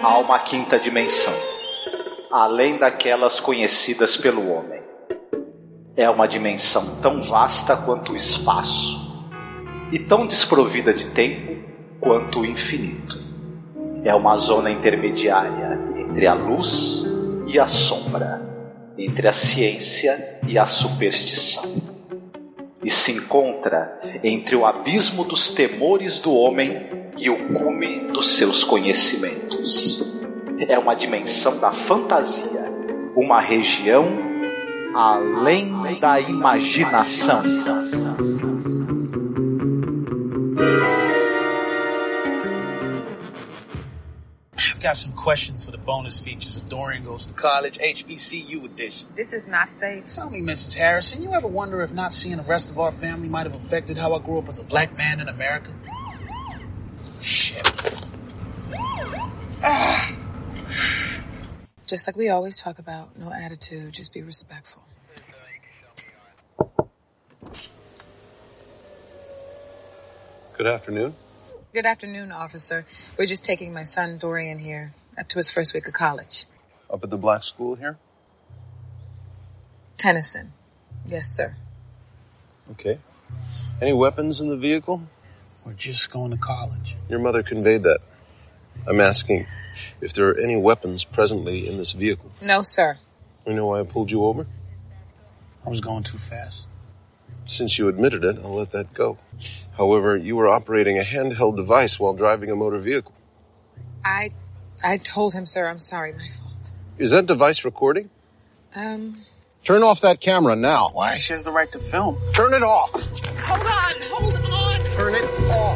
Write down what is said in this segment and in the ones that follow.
Há uma quinta dimensão, além daquelas conhecidas pelo homem. É uma dimensão tão vasta quanto o espaço, e tão desprovida de tempo quanto o infinito. É uma zona intermediária entre a luz e a sombra, entre a ciência e a superstição. E se encontra entre o abismo dos temores do homem e o cume dos seus conhecimentos. É uma dimensão da fantasia, uma região além da imaginação. I've got some questions for the bonus features of Dorian Goes to College, HBCU edition. This is not safe. Tell me, Mrs. Harrison, you ever wonder if not seeing the rest of our family might have affected how I grew up as a black man in America? Shit. Just like we always talk about, no attitude, just be respectful. Good afternoon. Good afternoon, officer. We're just taking my son Dorian here up to his first week of college. Up at the black school here? Tennyson. Yes, sir. Okay. Any weapons in the vehicle? We're just going to college. Your mother conveyed that. I'm asking if there are any weapons presently in this vehicle. No, sir. You know why I pulled you over? I was going too fast. Since you admitted it, I'll let that go. However, you were operating a handheld device while driving a motor vehicle. I told him, sir, I'm sorry, my fault. Is that device recording? Turn off that camera now. Why? She has the right to film. Turn it off. Hold on. Turn it off.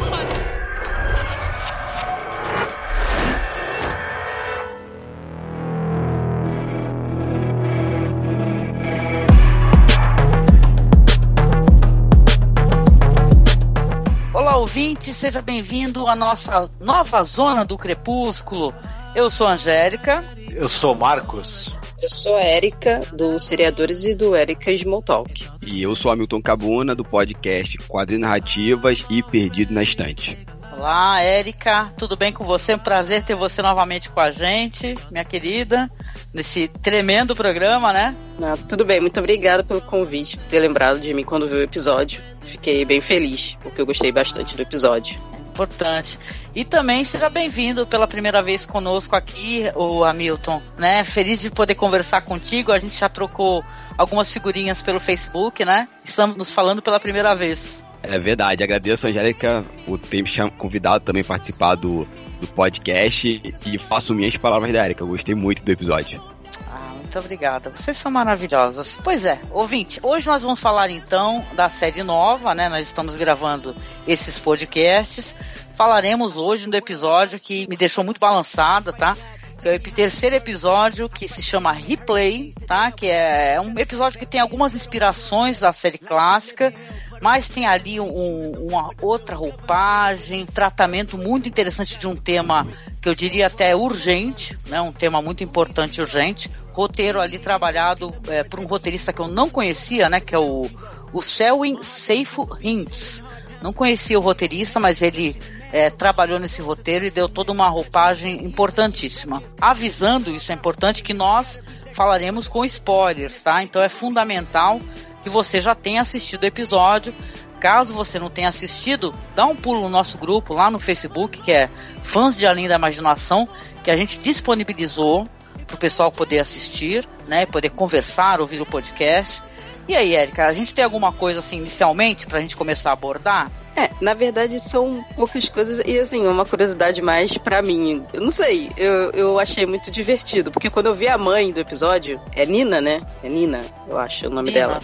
Olá, ouvinte, seja bem-vindo à nossa nova Zona do Crepúsculo. Eu sou a Angélica. Eu sou Marcos. Eu sou a Érica, do Seriadores e do Érica Small Talk. E eu sou Hamilton Cabuna, do podcast Quadrinhos Narrativas e Perdido na Estante. Olá, Érica, tudo bem com você? Um prazer ter você novamente com a gente, minha querida, nesse tremendo programa, né? Tudo bem, muito obrigada pelo convite, por ter lembrado de mim quando viu o episódio. Fiquei bem feliz, porque eu gostei bastante do episódio. Importante. E também seja bem-vindo pela primeira vez conosco aqui, o Hamilton, né? Feliz de poder conversar contigo. A gente já trocou algumas figurinhas pelo Facebook, né? Estamos nos falando pela primeira vez. É verdade, agradeço a Angélica por ter me convidado também a participar do podcast e faço minhas palavras da Érica. Eu gostei muito do episódio. Muito obrigada, vocês são maravilhosos. Pois é, ouvinte, hoje nós vamos falar então da série nova, né? Nós estamos gravando esses podcasts. Falaremos hoje do episódio que me deixou muito balançada, tá? Que é o terceiro episódio, que se chama Replay, tá? Que é um episódio que tem algumas inspirações da série clássica, mas tem ali uma outra roupagem, tratamento muito interessante de um tema que eu diria até urgente, né? Um tema muito importante e urgente. Roteiro ali trabalhado por um roteirista que eu não conhecia, né? Que é o Selwyn Seifo Hintz. Não conhecia o roteirista, mas ele trabalhou nesse roteiro e deu toda uma roupagem importantíssima. Avisando, isso é importante, que nós falaremos com spoilers, tá? Então é fundamental que você já tenha assistido o episódio. Caso você não tenha assistido, dá um pulo no nosso grupo lá no Facebook, que é Fãs de Além da Imaginação, que a gente disponibilizou para o pessoal poder assistir, né? Poder conversar, ouvir o podcast. E aí, Érica, a gente tem alguma coisa assim inicialmente pra gente começar a abordar? Na verdade são poucas coisas e assim, uma curiosidade mais pra mim. Eu não sei, eu achei muito divertido, porque quando eu vi a mãe do episódio, é Nina, né? É Nina, eu acho o nome dela.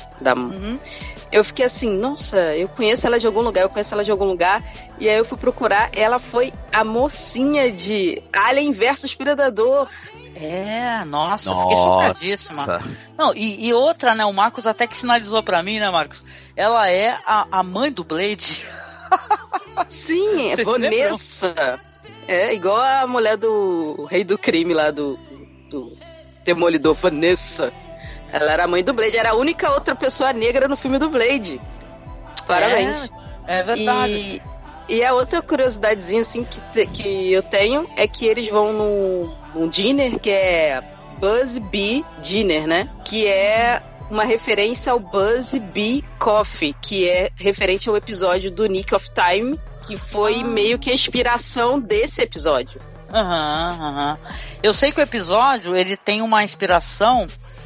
Eu fiquei assim, nossa, eu conheço ela de algum lugar, e aí eu fui procurar, ela foi a mocinha de Alien vs Predador. Nossa, eu fiquei chocadíssima. Não, e outra, né, o Marcos até que sinalizou pra mim, né, Marcos? Ela é a mãe do Blade. Sim, é Vanessa. É igual a mulher do Rei do Crime lá, do Demolidor, Vanessa. Ela era a mãe do Blade, era a única outra pessoa negra no filme do Blade. Parabéns. É verdade. E a outra curiosidadezinha, assim, que eu tenho é que eles vão num dinner que é Buzz Bee Dinner, né? Que é uma referência ao Buzz Bee Coffee, que é referente ao episódio do Nick of Time, que foi meio que a inspiração desse episódio. Eu sei que o episódio, ele tem uma inspiração,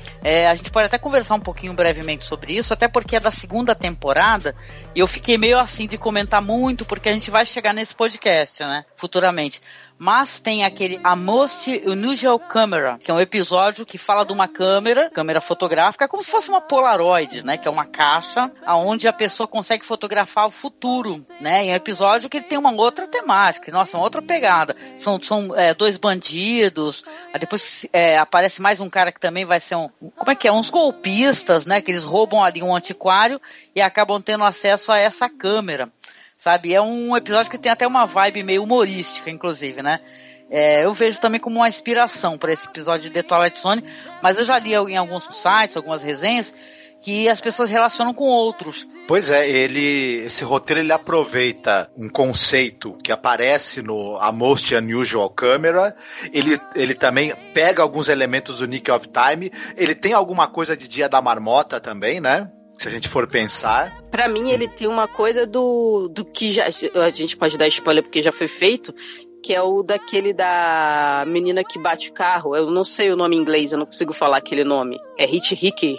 a gente pode até conversar um pouquinho brevemente sobre isso, até porque é da segunda temporada, e eu fiquei meio assim de comentar muito, porque a gente vai chegar nesse podcast, né, futuramente. Mas tem aquele A Most Unusual Camera, que é um episódio que fala de uma câmera fotográfica, como se fosse uma Polaroid, né? Que é uma caixa onde a pessoa consegue fotografar o futuro, né? E é um episódio que ele tem uma outra temática, nossa, uma outra pegada. São dois bandidos, depois aparece mais um cara que também vai ser uns golpistas, né? Que eles roubam ali um antiquário e acabam tendo acesso a essa câmera. Sabe, é um episódio que tem até uma vibe meio humorística, inclusive, né? Eu vejo também como uma inspiração para esse episódio de The Twilight Zone, mas eu já li em alguns sites, algumas resenhas, que as pessoas relacionam com outros. Pois é, esse roteiro ele aproveita um conceito que aparece no A Most Unusual Camera, ele também pega alguns elementos do Nick of Time, ele tem alguma coisa de Dia da Marmota também, né? Se a gente for pensar. Pra mim, ele tem uma coisa do que já, a gente pode dar spoiler porque já foi feito, que é o daquele da menina que bate o carro. Eu não sei o nome em inglês, eu não consigo falar aquele nome. É Hitchhiker,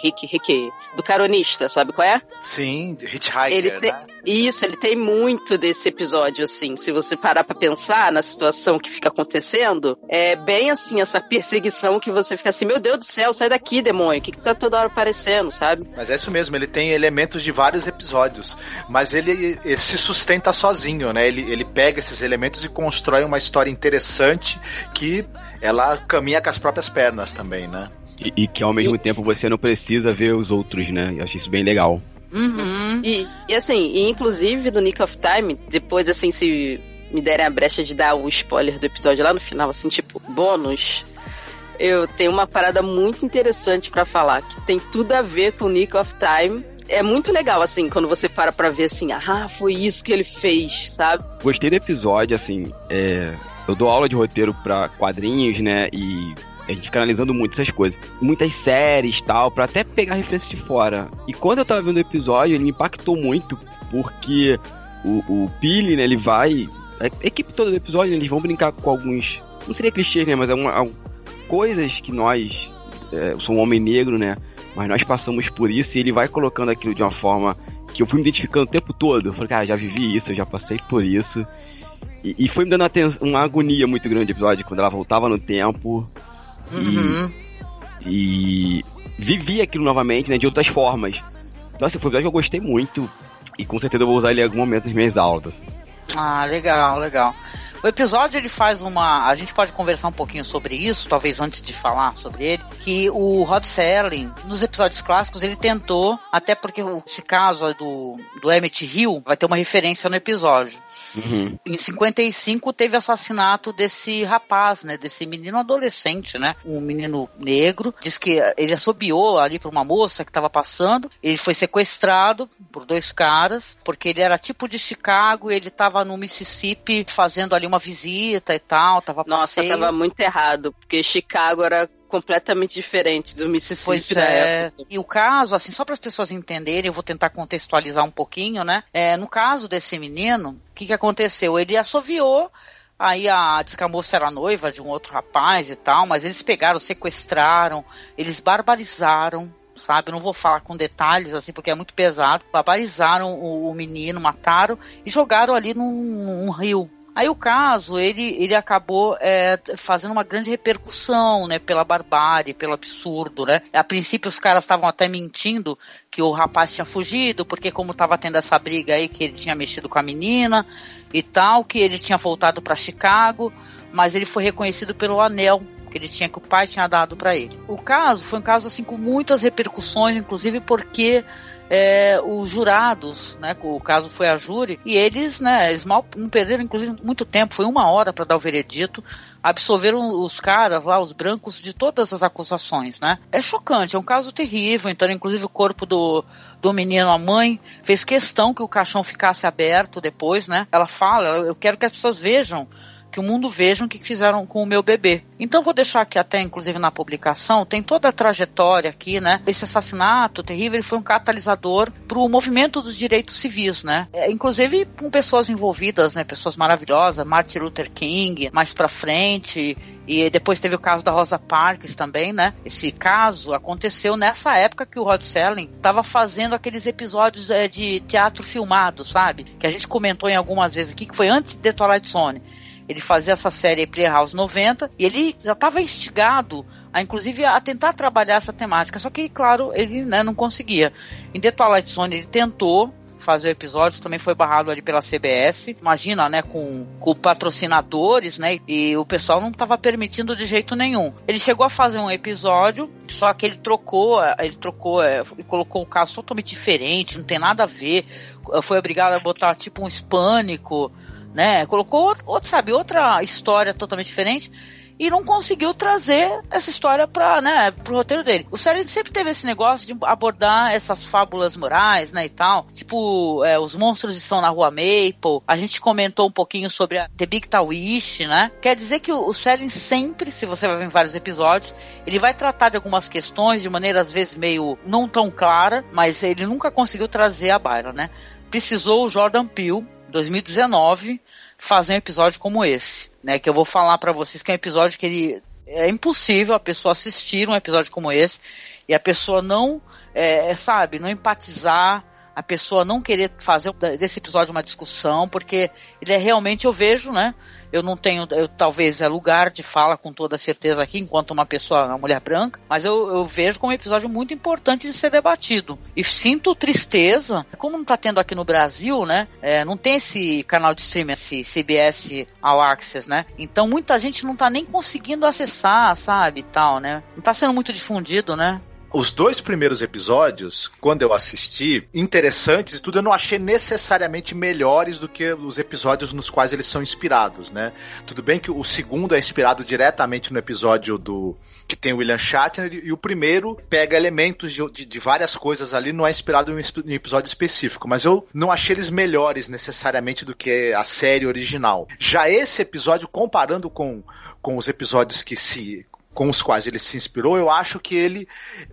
do caronista, sabe qual é? Sim, Hitchhiker, né? Isso, ele tem muito desse episódio, assim. Se você parar pra pensar na situação que fica acontecendo, é bem assim, essa perseguição que você fica assim, meu Deus do céu, sai daqui, demônio, o que tá toda hora aparecendo, sabe? Mas é isso mesmo, ele tem elementos de vários episódios, mas ele se sustenta sozinho, né? Ele pega esses elementos e constrói uma história interessante que ela caminha com as próprias pernas também, né? E que ao mesmo tempo você não precisa ver os outros, né? Eu achei isso bem legal. Uhum. E assim, inclusive do Nick of Time, depois assim, se me derem a brecha de dar o spoiler do episódio lá no final, assim, tipo, bônus, eu tenho uma parada muito interessante pra falar, que tem tudo a ver com o Nick of Time. É muito legal, assim, quando você para pra ver, assim, foi isso que ele fez, sabe? Gostei do episódio, assim, eu dou aula de roteiro pra quadrinhos, né, e a gente fica analisando muito essas coisas. Muitas séries e tal, pra até pegar referência de fora. E quando eu tava vendo o episódio, ele me impactou muito, porque o Billy, né, ele vai... A equipe toda do episódio, eles vão brincar com alguns... Não seria clichês, né, mas coisas que nós... eu sou um homem negro, né, mas nós passamos por isso, e ele vai colocando aquilo de uma forma que eu fui me identificando o tempo todo. Eu falei, cara, já vivi isso, eu já passei por isso. E foi me dando uma agonia muito grande o episódio, quando ela voltava no tempo... E vivi aquilo novamente, né, de outras formas. Nossa, foi um episódio que eu gostei muito, e com certeza eu vou usar ele em algum momento nas minhas aulas. Ah, legal. O episódio, ele faz a gente pode conversar um pouquinho sobre isso, talvez antes de falar sobre ele, que o Rod Serling, nos episódios clássicos, ele tentou, até porque esse caso do Emmett Hill vai ter uma referência no episódio. Uhum. Em 55 teve assassinato desse rapaz, né, desse menino adolescente, né, um menino negro, diz que ele assobiou ali pra uma moça que estava passando, ele foi sequestrado por 2 caras, porque ele era tipo de Chicago e ele estava no Mississippi fazendo ali uma visita e tal, tava passeio. Nossa, tava muito errado, porque Chicago era completamente diferente do Mississippi na época. E o caso, assim, só para as pessoas entenderem, eu vou tentar contextualizar um pouquinho, né? No caso desse menino, o que aconteceu? Ele assoviou, aí diz que a moça era noiva de um outro rapaz e tal, mas eles pegaram, sequestraram, eles barbarizaram, sabe? Eu não vou falar com detalhes, assim, porque é muito pesado. Barbarizaram o menino, mataram e jogaram ali num rio. Aí o caso, ele acabou fazendo uma grande repercussão, né, pela barbárie, pelo absurdo, né. A princípio os caras estavam até mentindo que o rapaz tinha fugido, porque como estava tendo essa briga aí, que ele tinha mexido com a menina e tal, que ele tinha voltado para Chicago, mas ele foi reconhecido pelo anel que o pai tinha dado para ele. O caso foi um caso assim com muitas repercussões, inclusive porque os jurados, né, o caso foi a júri, e eles mal não perderam, inclusive, muito tempo, foi 1 hora para dar o veredito, absolveram os caras lá, os brancos, de todas as acusações, né? É chocante, é um caso terrível. Então, inclusive, o corpo do menino, a mãe, fez questão que o caixão ficasse aberto depois, né? Ela fala, eu quero que as pessoas vejam, que o mundo veja o que fizeram com o meu bebê. Então vou deixar aqui até, inclusive na publicação, tem toda a trajetória aqui, né? Esse assassinato terrível, ele foi um catalisador para o movimento dos direitos civis, né? Inclusive com pessoas envolvidas, né? Pessoas maravilhosas, Martin Luther King, mais pra frente, e depois teve o caso da Rosa Parks também, né? Esse caso aconteceu nessa época que o Rod Serling estava fazendo aqueles episódios de teatro filmado, sabe? Que a gente comentou em algumas vezes aqui, que foi antes de The Twilight Zone. Ele fazia essa série Playhouse 90 e ele já estava instigado inclusive a tentar trabalhar essa temática, só que, claro, ele, né, não conseguia. Em The Twilight Zone ele tentou fazer o episódio, também foi barrado ali pela CBS, imagina, né, com patrocinadores, né, e o pessoal não estava permitindo de jeito nenhum. Ele chegou a fazer um episódio, só que ele trocou e colocou um caso totalmente diferente, não tem nada a ver, foi obrigado a botar tipo um hispânico, né, colocou outra história totalmente diferente, e não conseguiu trazer essa história pro roteiro dele. O Serling sempre teve esse negócio de abordar essas fábulas morais, né, e tal. Tipo, os monstros estão na rua Maple. A gente comentou um pouquinho sobre a The Big Wish, né? Quer dizer que o Serling sempre, se você vai ver em vários episódios, ele vai tratar de algumas questões de maneira, às vezes, meio não tão clara, mas ele nunca conseguiu trazer à baila, né? Precisou o Jordan Peele, 2019, fazer um episódio como esse, né, que eu vou falar pra vocês que é um episódio que é impossível a pessoa assistir um episódio como esse e a pessoa não, não empatizar, a pessoa não querer fazer desse episódio uma discussão, porque ele é realmente, eu vejo, né, talvez é lugar de fala com toda certeza aqui, enquanto uma mulher branca, mas eu vejo como um episódio muito importante de ser debatido. E sinto tristeza, como não tá tendo aqui no Brasil, né, não tem esse canal de streaming, esse CBS All Access, né, então muita gente não tá nem conseguindo acessar, sabe, e tal, né, não tá sendo muito difundido, né. Os 2 primeiros episódios, quando eu assisti, interessantes e tudo, eu não achei necessariamente melhores do que os episódios nos quais eles são inspirados, né? Tudo bem que o segundo é inspirado diretamente no episódio que tem o William Shatner, e o primeiro pega elementos de várias coisas ali, não é inspirado em um episódio específico, mas eu não achei eles melhores necessariamente do que a série original. Já esse episódio, comparando com os episódios com os quais ele se inspirou, eu acho que ele,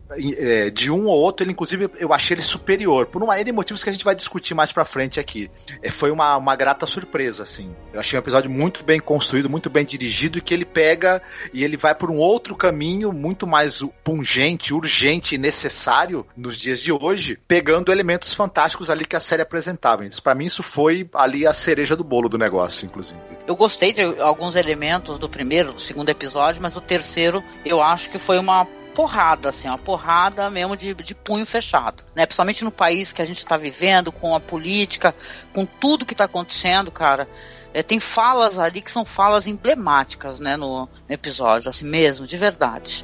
de um ou outro, inclusive, eu achei ele superior, por uma série de motivos que a gente vai discutir mais pra frente aqui. Foi uma grata surpresa, assim. Eu achei um episódio muito bem construído, muito bem dirigido, e que ele pega e ele vai por um outro caminho, muito mais pungente, urgente e necessário nos dias de hoje, pegando elementos fantásticos ali que a série apresentava. Pra mim, isso foi ali a cereja do bolo do negócio, inclusive. Eu gostei de alguns elementos do primeiro, do segundo episódio, mas o terceiro eu acho que foi uma porrada, assim, uma porrada mesmo de punho fechado, né? Principalmente no país que a gente está vivendo, com a política, com tudo que está acontecendo, cara. Tem falas ali que são falas emblemáticas, né, no episódio, assim mesmo, de verdade.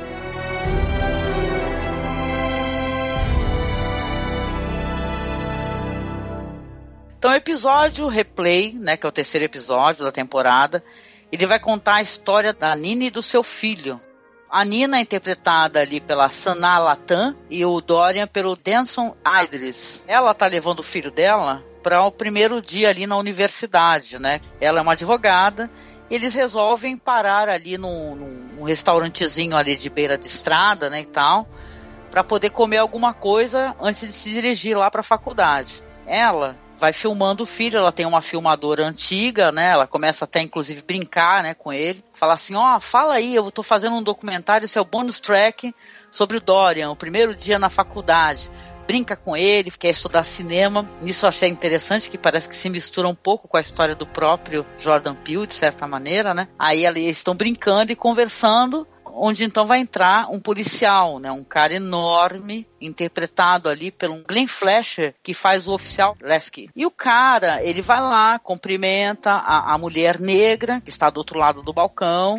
Então o episódio Replay, né, que é o terceiro episódio da temporada, ele vai contar a história da Nina e do seu filho. A Nina é interpretada ali pela Sanaa Lathan e o Dorian pelo Denson Idris. Ela tá levando o filho dela para o primeiro dia ali na universidade, né? Ela é uma advogada e eles resolvem parar ali num restaurantezinho ali de beira de estrada, né, e tal, para poder comer alguma coisa antes de se dirigir lá para a faculdade. Ela vai filmando o filho, ela tem uma filmadora antiga, né, ela começa até inclusive brincar, né, com ele, fala assim, fala aí, eu tô fazendo um documentário, esse é o bonus track sobre o Dorian, o primeiro dia na faculdade, brinca com ele, quer estudar cinema, nisso eu achei interessante, que parece que se mistura um pouco com a história do próprio Jordan Peele, de certa maneira, né, aí eles estão brincando e conversando, onde então vai entrar um policial, né, um cara enorme, interpretado ali pelo Glenn Fletcher, que faz o oficial Lasky. E o cara, ele vai lá, cumprimenta a mulher negra, que está do outro lado do balcão,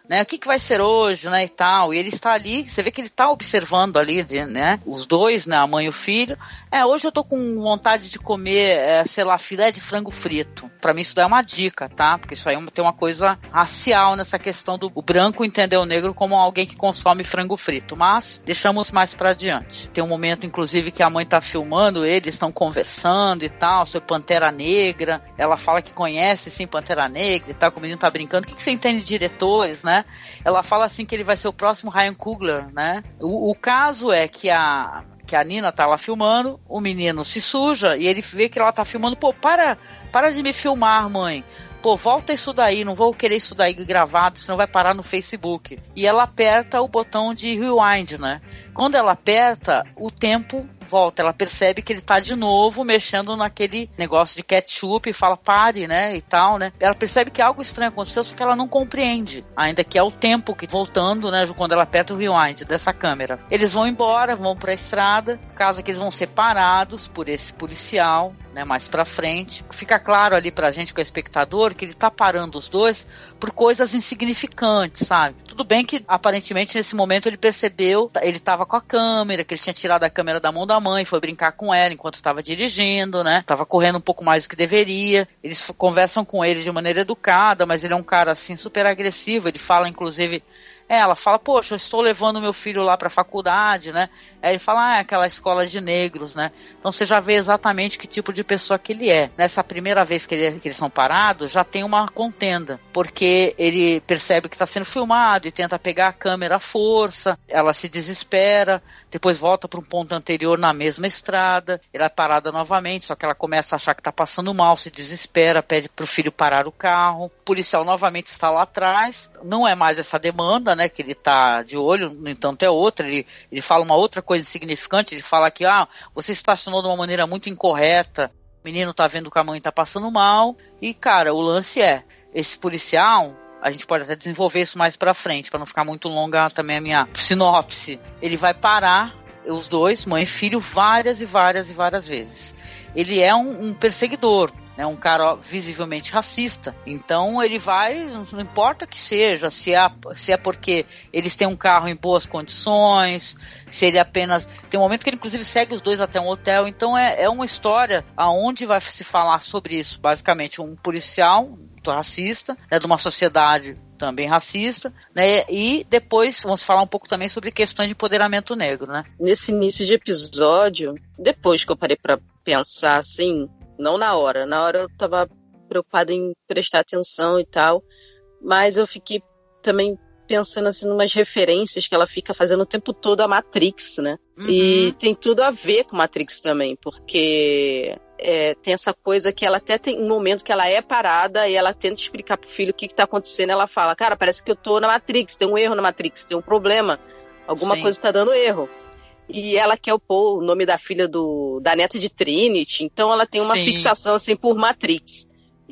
né? O que vai ser hoje, né, e tal. E ele está ali, você vê que ele está observando ali, né, os dois, né, a mãe e o filho. Hoje eu tô com vontade de comer, sei lá, filé de frango frito. Pra mim isso daí é uma dica, tá? Porque isso aí tem uma coisa racial nessa questão do branco entender o negro como alguém que consome frango frito. Mas deixamos mais pra adiante. Tem um momento, inclusive, que a mãe tá filmando, eles estão conversando e tal, sobre Pantera Negra. Ela fala que conhece, sim, Pantera Negra e tal, que o menino tá brincando. O que você entende de diretores, né? Ela fala assim que ele vai ser o próximo Ryan Coogler, né? O caso é que a Nina tá lá filmando, o menino se suja e ele vê que ela tá filmando. Pô, para de me filmar, mãe. Pô, volta isso daí, não vou querer isso daí gravado, senão vai parar no Facebook. E ela aperta o botão de rewind, né? Quando ela aperta, o tempo volta, ela percebe que ele tá de novo mexendo naquele negócio de ketchup e fala pare, né, e tal, né. Ela percebe que algo estranho aconteceu, só que ela não compreende, ainda que é o tempo que voltando, né, quando ela aperta o rewind dessa câmera. Eles vão embora, vão pra estrada, caso que eles vão separados por esse policial, né, mais pra frente. Fica claro ali pra gente, com o espectador, que ele tá parando os dois por coisas insignificantes, sabe. Tudo bem que, aparentemente, nesse momento ele percebeu, ele tava com a câmera, que ele tinha tirado a câmera da mão da mãe, foi brincar com ela enquanto estava dirigindo, né? Tava correndo um pouco mais do que deveria. Eles conversam com ele de maneira educada, mas ele é um cara, assim, super agressivo. Ele fala, inclusive... Ela fala, poxa, eu estou levando meu filho lá para a faculdade, né? Aí ele fala, é aquela escola de negros, né? Então você já vê exatamente que tipo de pessoa que ele é. Nessa primeira vez que eles são parados, já tem uma contenda, porque ele percebe que está sendo filmado e tenta pegar a câmera à força, ela se desespera, depois volta para um ponto anterior na mesma estrada, ela é parada novamente, só que ela começa a achar que está passando mal, se desespera, pede para o filho parar o carro, o policial novamente está lá atrás, não é mais essa demanda, né, que ele tá de olho, no entanto é outra, ele fala uma outra coisa insignificante, ele fala que, você estacionou de uma maneira muito incorreta, o menino tá vendo que a mãe tá passando mal, e cara, o lance é, esse policial, a gente pode até desenvolver isso mais pra frente, pra não ficar muito longa também a minha sinopse, ele vai parar os dois, mãe e filho, várias e várias e várias vezes. Ele é um perseguidor, né, um cara visivelmente racista. Então ele vai, não importa que seja, se é porque eles têm um carro em boas condições, se ele apenas... Tem um momento que ele inclusive segue os dois até um hotel. Então é uma história aonde vai se falar sobre isso. Basicamente um policial racista, né, de uma sociedade também racista, né, e depois vamos falar um pouco também sobre questões de empoderamento negro, né. Nesse início de episódio, depois que eu parei pra pensar assim, não na hora eu tava preocupada em prestar atenção e tal, mas eu fiquei também pensando assim numas referências que ela fica fazendo o tempo todo a Matrix, né? Uhum. E tem tudo a ver com Matrix também, porque tem essa coisa que ela até tem um momento que ela é parada e ela tenta explicar pro filho o que tá acontecendo, ela fala, cara, parece que eu tô na Matrix, tem um erro na Matrix, tem um problema, alguma Sim. coisa tá dando erro. E ela quer pôr o nome da filha da neta de Trinity, então ela tem uma Sim. fixação assim por Matrix.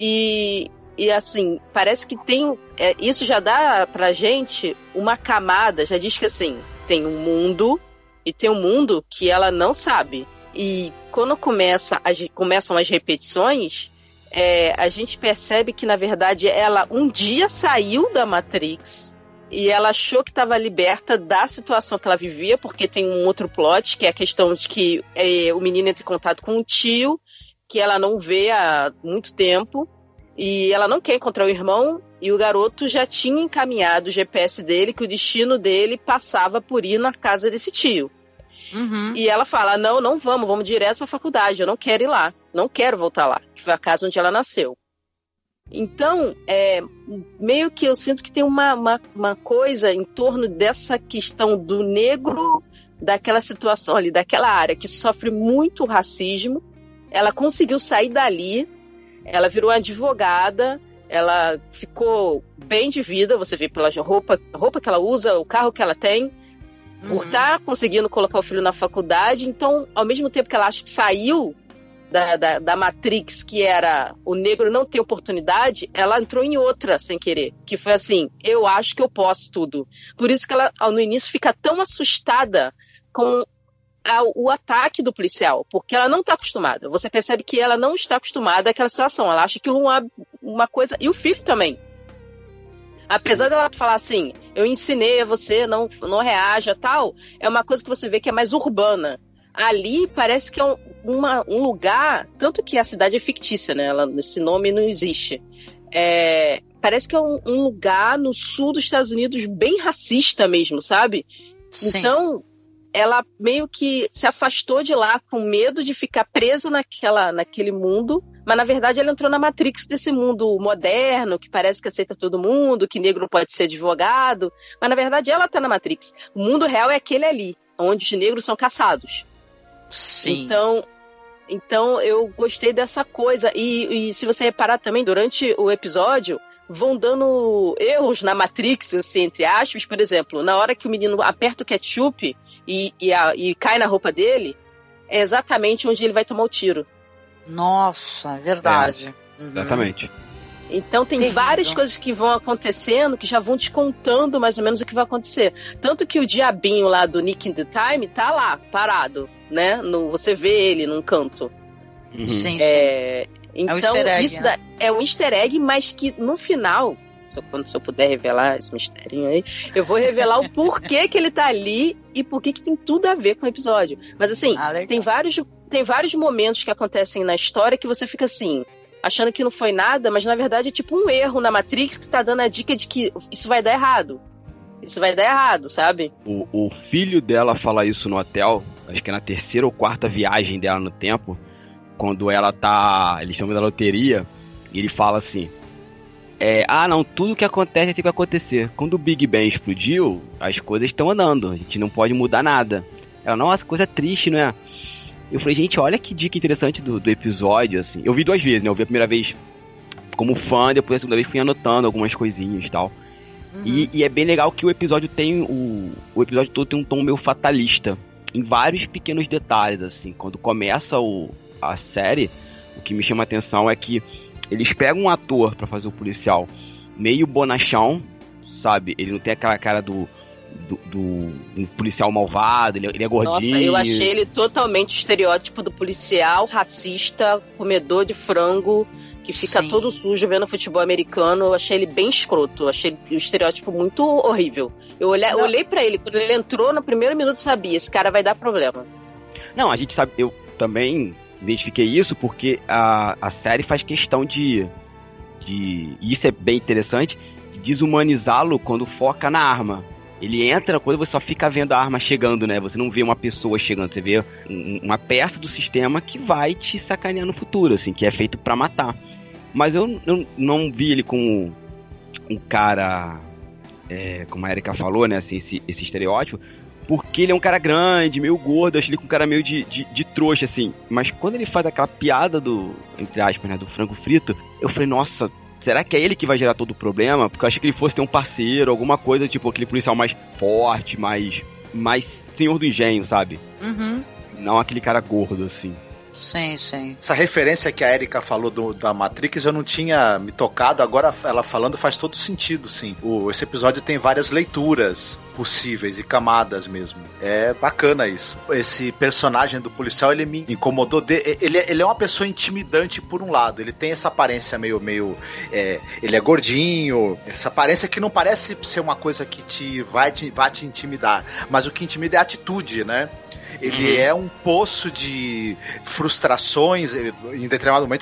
E assim, parece que tem... isso já dá pra gente uma camada, já diz que assim, tem um mundo e tem um mundo que ela não sabe. E quando começam as repetições, a gente percebe que, na verdade, ela um dia saiu da Matrix e ela achou que estava liberta da situação que ela vivia, porque tem um outro plot, que é a questão de que o menino entra em contato com um tio, que ela não vê há muito tempo, e ela não quer encontrar o irmão, e o garoto já tinha encaminhado o GPS dele, que o destino dele passava por ir na casa desse tio. Uhum. E ela fala, não vamos direto para a faculdade, eu não quero ir lá, não quero voltar lá, que foi a casa onde ela nasceu. Então, meio que eu sinto que tem uma coisa em torno dessa questão do negro, daquela situação ali, daquela área que sofre muito racismo. Ela conseguiu sair dali, ela virou advogada, ela ficou bem de vida, você vê pela roupa que ela usa, o carro que ela tem, por estar conseguindo colocar o filho na faculdade. Então, ao mesmo tempo que ela acha que saiu da Matrix, que era o negro não ter oportunidade, ela entrou em outra sem querer, que foi assim, eu acho que eu posso tudo. Por isso que ela, no início, fica tão assustada com o ataque do policial, porque ela não está acostumada. Você percebe que ela não está acostumada àquela situação, ela acha que uma coisa, e o filho também. Apesar dela falar assim, eu ensinei a você, não reaja, tal, é uma coisa que você vê que é mais urbana. Ali parece que é um lugar, tanto que a cidade é fictícia, né? Esse nome não existe. Parece que é um lugar no sul dos Estados Unidos bem racista mesmo, sabe? Sim. Então, ela meio que se afastou de lá com medo de ficar presa naquele mundo, mas na verdade ela entrou na Matrix desse mundo moderno, que parece que aceita todo mundo, que negro não pode ser advogado, mas na verdade ela tá na Matrix. O mundo real é aquele ali, onde os negros são caçados. Sim. Então eu gostei dessa coisa. E se você reparar também, durante o episódio, vão dando erros na Matrix, assim, entre aspas. Por exemplo, na hora que o menino aperta o ketchup e cai na roupa dele, é exatamente onde ele vai tomar o tiro. Nossa, é verdade. Exatamente. Então tem várias coisas que vão acontecendo que já vão te contando mais ou menos o que vai acontecer. Tanto que o diabinho lá do Nick in the Time tá lá, parado, né? Você vê ele num canto. Sim, sim. Então, é um easter egg, isso né? é um easter egg, mas que no final, se eu puder revelar esse misterinho aí, eu vou revelar o porquê que ele tá ali e porquê que tem tudo a ver com o episódio. Mas assim, tem vários momentos que acontecem na história que você fica assim, achando que não foi nada, mas na verdade é tipo um erro na Matrix que está dando a dica de que isso vai dar errado. Isso vai dar errado, sabe? O filho dela fala isso no hotel, acho que é na 3ª ou 4ª viagem dela no tempo, quando eles chamam da loteria, e ele fala assim, não, tudo que acontece tem que acontecer. Quando o Big Bang explodiu, as coisas estão andando, a gente não pode mudar nada. Ela, nossa, coisa triste, não é? Eu falei, gente, olha que dica interessante do episódio, assim. Eu vi 2 vezes, né? Eu vi a primeira vez como fã, depois a segunda vez fui anotando algumas coisinhas e tal. E é bem legal que o episódio tem o episódio todo tem um tom meio fatalista, em vários pequenos detalhes, assim. Quando começa a série, o que me chama a atenção é que eles pegam um ator pra fazer o policial meio bonachão, sabe? Ele não tem aquela cara do um policial malvado, ele é gordinho. Nossa, eu achei ele totalmente estereótipo do policial racista, comedor de frango, que fica todo sujo vendo futebol americano. Eu achei ele bem escroto, eu achei o estereótipo muito horrível. Eu olhei pra ele, quando ele entrou no primeiro minuto, sabia, esse cara vai dar problema. Não, a gente sabe, eu também identifiquei isso porque a série faz questão de e isso é bem interessante, de desumanizá-lo quando foca na arma. Ele entra quando você só fica vendo a arma chegando, né? Você não vê uma pessoa chegando, você vê uma peça do sistema que vai te sacanear no futuro, assim, que é feito pra matar. Mas eu não vi ele como um cara, como a Erika falou, né? Assim, esse estereótipo, porque ele é um cara grande, meio gordo, eu achei ele com um cara meio de trouxa, assim. Mas quando ele faz aquela piada entre aspas, né, do frango frito, eu falei, nossa, será que é ele que vai gerar todo o problema? Porque eu achei que ele fosse ter um parceiro, alguma coisa, tipo aquele policial mais forte, mais senhor do engenho, sabe? Não aquele cara gordo, assim. Sim, sim. Essa referência que a Erika falou da Matrix, eu não tinha me tocado, agora ela falando faz todo sentido, sim. Esse episódio tem várias leituras possíveis e camadas mesmo. É bacana isso. Esse personagem do policial, ele me incomodou. Ele é uma pessoa intimidante por um lado, ele tem essa aparência meio ele é gordinho, essa aparência que não parece ser uma coisa que vai te intimidar, mas o que intimida é a atitude, né? Ele é um poço de frustrações. Em determinado momento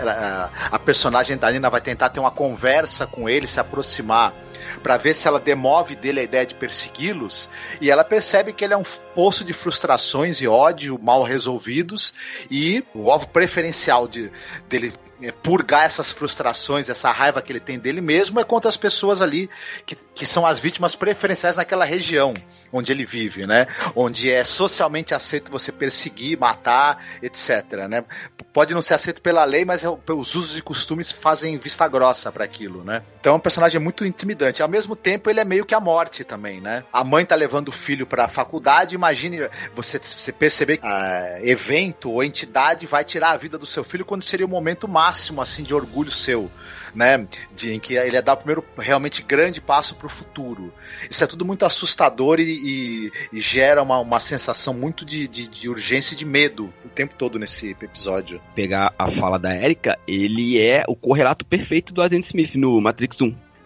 a personagem da Nina vai tentar ter uma conversa com ele, se aproximar, para ver se ela demove dele a ideia de persegui-los, e ela percebe que ele é um poço de frustrações e ódio mal resolvidos, e o alvo preferencial dele purgar essas frustrações, essa raiva que ele tem dele mesmo é contra as pessoas ali que são as vítimas preferenciais naquela região onde ele vive, né? Onde é socialmente aceito você perseguir, matar, etc, né? Pode não ser aceito pela lei, mas os usos e costumes fazem vista grossa para aquilo, né? Então é um personagem muito intimidante. Ao mesmo tempo, ele é meio que a morte também, né? A mãe tá levando o filho pra faculdade, imagine você perceber que evento ou entidade vai tirar a vida do seu filho quando seria o momento máximo, assim, de orgulho seu, né? Em que ele ia dar o primeiro realmente grande passo pro futuro. Isso é tudo muito assustador e gera uma sensação muito de urgência e de medo o tempo todo nesse episódio. Pegar a fala da Erika, ele é o correlato perfeito do Agente Smith no Matrix 1.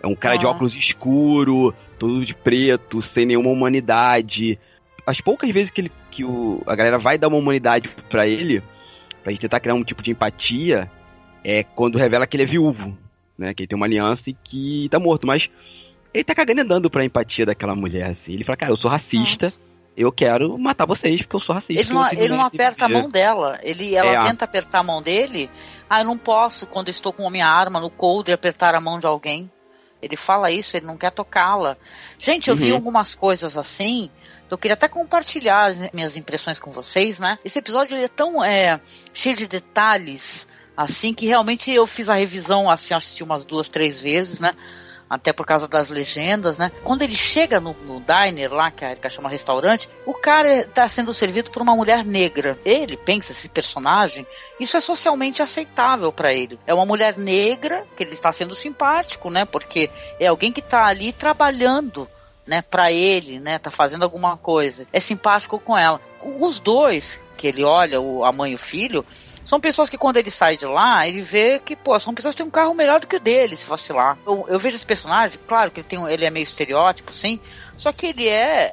É um cara de óculos escuro, todo de preto, sem nenhuma humanidade. As poucas vezes que a galera vai dar uma humanidade pra ele, pra gente tentar criar um tipo de empatia, é quando revela que ele é viúvo, né? Que ele tem uma aliança e que tá morto, mas ele tá cagando e andando pra empatia daquela mulher, assim. Ele fala, cara, eu sou racista, eu quero matar vocês porque eu sou racista. Ele não aperta a mão dela, ela tenta apertar a mão dele. Eu não posso, quando estou com a minha arma no coldre, apertar a mão de alguém. Ele fala isso, ele não quer tocá-la. Gente, eu vi algumas coisas assim, eu queria até compartilhar as minhas impressões com vocês, né? Esse episódio ele é tão cheio de detalhes, assim, que realmente eu fiz a revisão, assim, assisti umas 2, 3 vezes, né? Até por causa das legendas, né? Quando ele chega no diner lá, que a Erika chama restaurante, o cara está sendo servido por uma mulher negra. Ele pensa, esse personagem, isso é socialmente aceitável para ele. É uma mulher negra, que ele está sendo simpático, né? Porque é alguém que está ali trabalhando, né? Para ele, né? Tá fazendo alguma coisa. É simpático com ela. Os dois, que ele olha, a mãe e o filho, são pessoas que quando ele sai de lá, ele vê que, são pessoas que têm um carro melhor do que o dele, se fosse lá. Eu vejo esse personagem, claro que ele é meio estereótipo, sim, só que ele é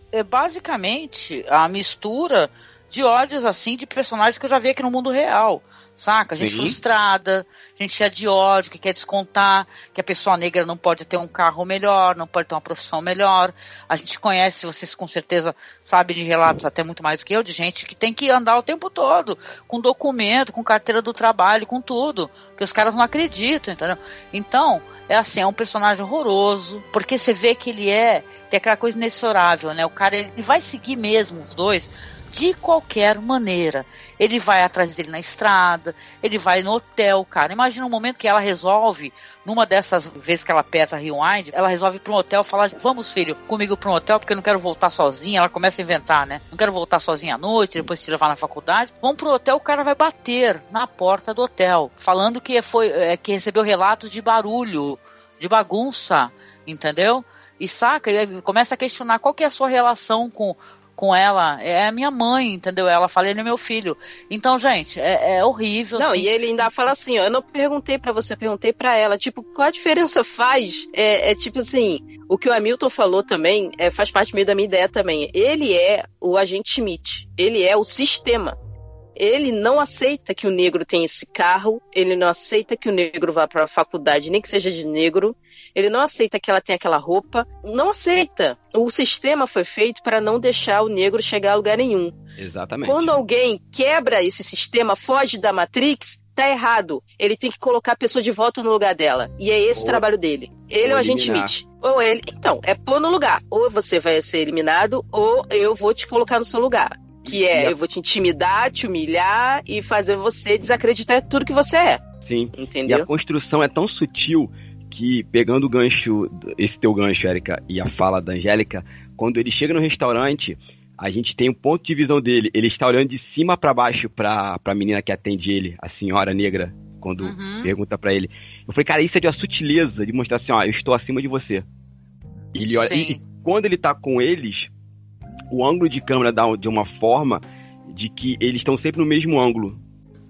basicamente a mistura de ódios, assim, de personagens que eu já vi aqui no mundo real. Saca? Gente frustrada, gente cheia de ódio, que quer descontar, que a pessoa negra não pode ter um carro melhor, não pode ter uma profissão melhor. A gente conhece, vocês com certeza sabem de relatos até muito mais do que eu, de gente que tem que andar o tempo todo, com documento, com carteira do trabalho, com tudo, que os caras não acreditam, entendeu? Então, é um personagem horroroso, porque você vê que ele tem aquela coisa inexorável, né? O cara, ele vai seguir mesmo os dois, de qualquer maneira. Ele vai atrás dele na estrada, ele vai no hotel, cara. Imagina um momento que ela resolve, numa dessas vezes que ela aperta rewind, ela resolve ir para um hotel, falar, vamos filho, comigo para um hotel, porque eu não quero voltar sozinha. Ela começa a inventar, né? Não quero voltar sozinha à noite, depois te levar na faculdade. Vamos pro hotel, o cara vai bater na porta do hotel, falando que que recebeu relatos de barulho, de bagunça, entendeu? E saca, e começa a questionar qual que é a sua relação com ela. É a minha mãe, entendeu? Ela fala, ele é meu filho. Então, gente, é horrível. Não, assim. E ele ainda fala assim, eu não perguntei pra você, eu perguntei pra ela. Tipo, qual a diferença faz? Tipo assim, o que o Hamilton falou também, faz parte meio da minha ideia também. Ele é o agente Smith. Ele é o sistema. Ele não aceita que o negro tenha esse carro, ele não aceita que o negro vá para a faculdade, nem que seja de negro, ele não aceita que ela tenha aquela roupa, não aceita. O sistema foi feito para não deixar o negro chegar a lugar nenhum. Exatamente. Quando alguém quebra esse sistema, foge da Matrix, tá errado. Ele tem que colocar a pessoa de volta no lugar dela. E é esse o trabalho dele. Ele é o agente Smith. Ou ele... Então, é pôr no lugar. Ou você vai ser eliminado, ou eu vou te colocar no seu lugar. Que eu vou te intimidar, te humilhar e fazer você desacreditar tudo que você é. Sim. Entendeu? E a construção é tão sutil que, pegando o gancho, esse teu gancho, Erika, e a fala da Angélica, quando ele chega no restaurante, a gente tem um ponto de visão dele. Ele está olhando de cima para baixo pra menina que atende ele, a senhora negra, quando pergunta pra ele. Eu falei, cara, isso é de uma sutileza, de mostrar assim, eu estou acima de você. Ele olha, e quando ele tá com eles, o ângulo de câmera dá de uma forma de que eles estão sempre no mesmo ângulo.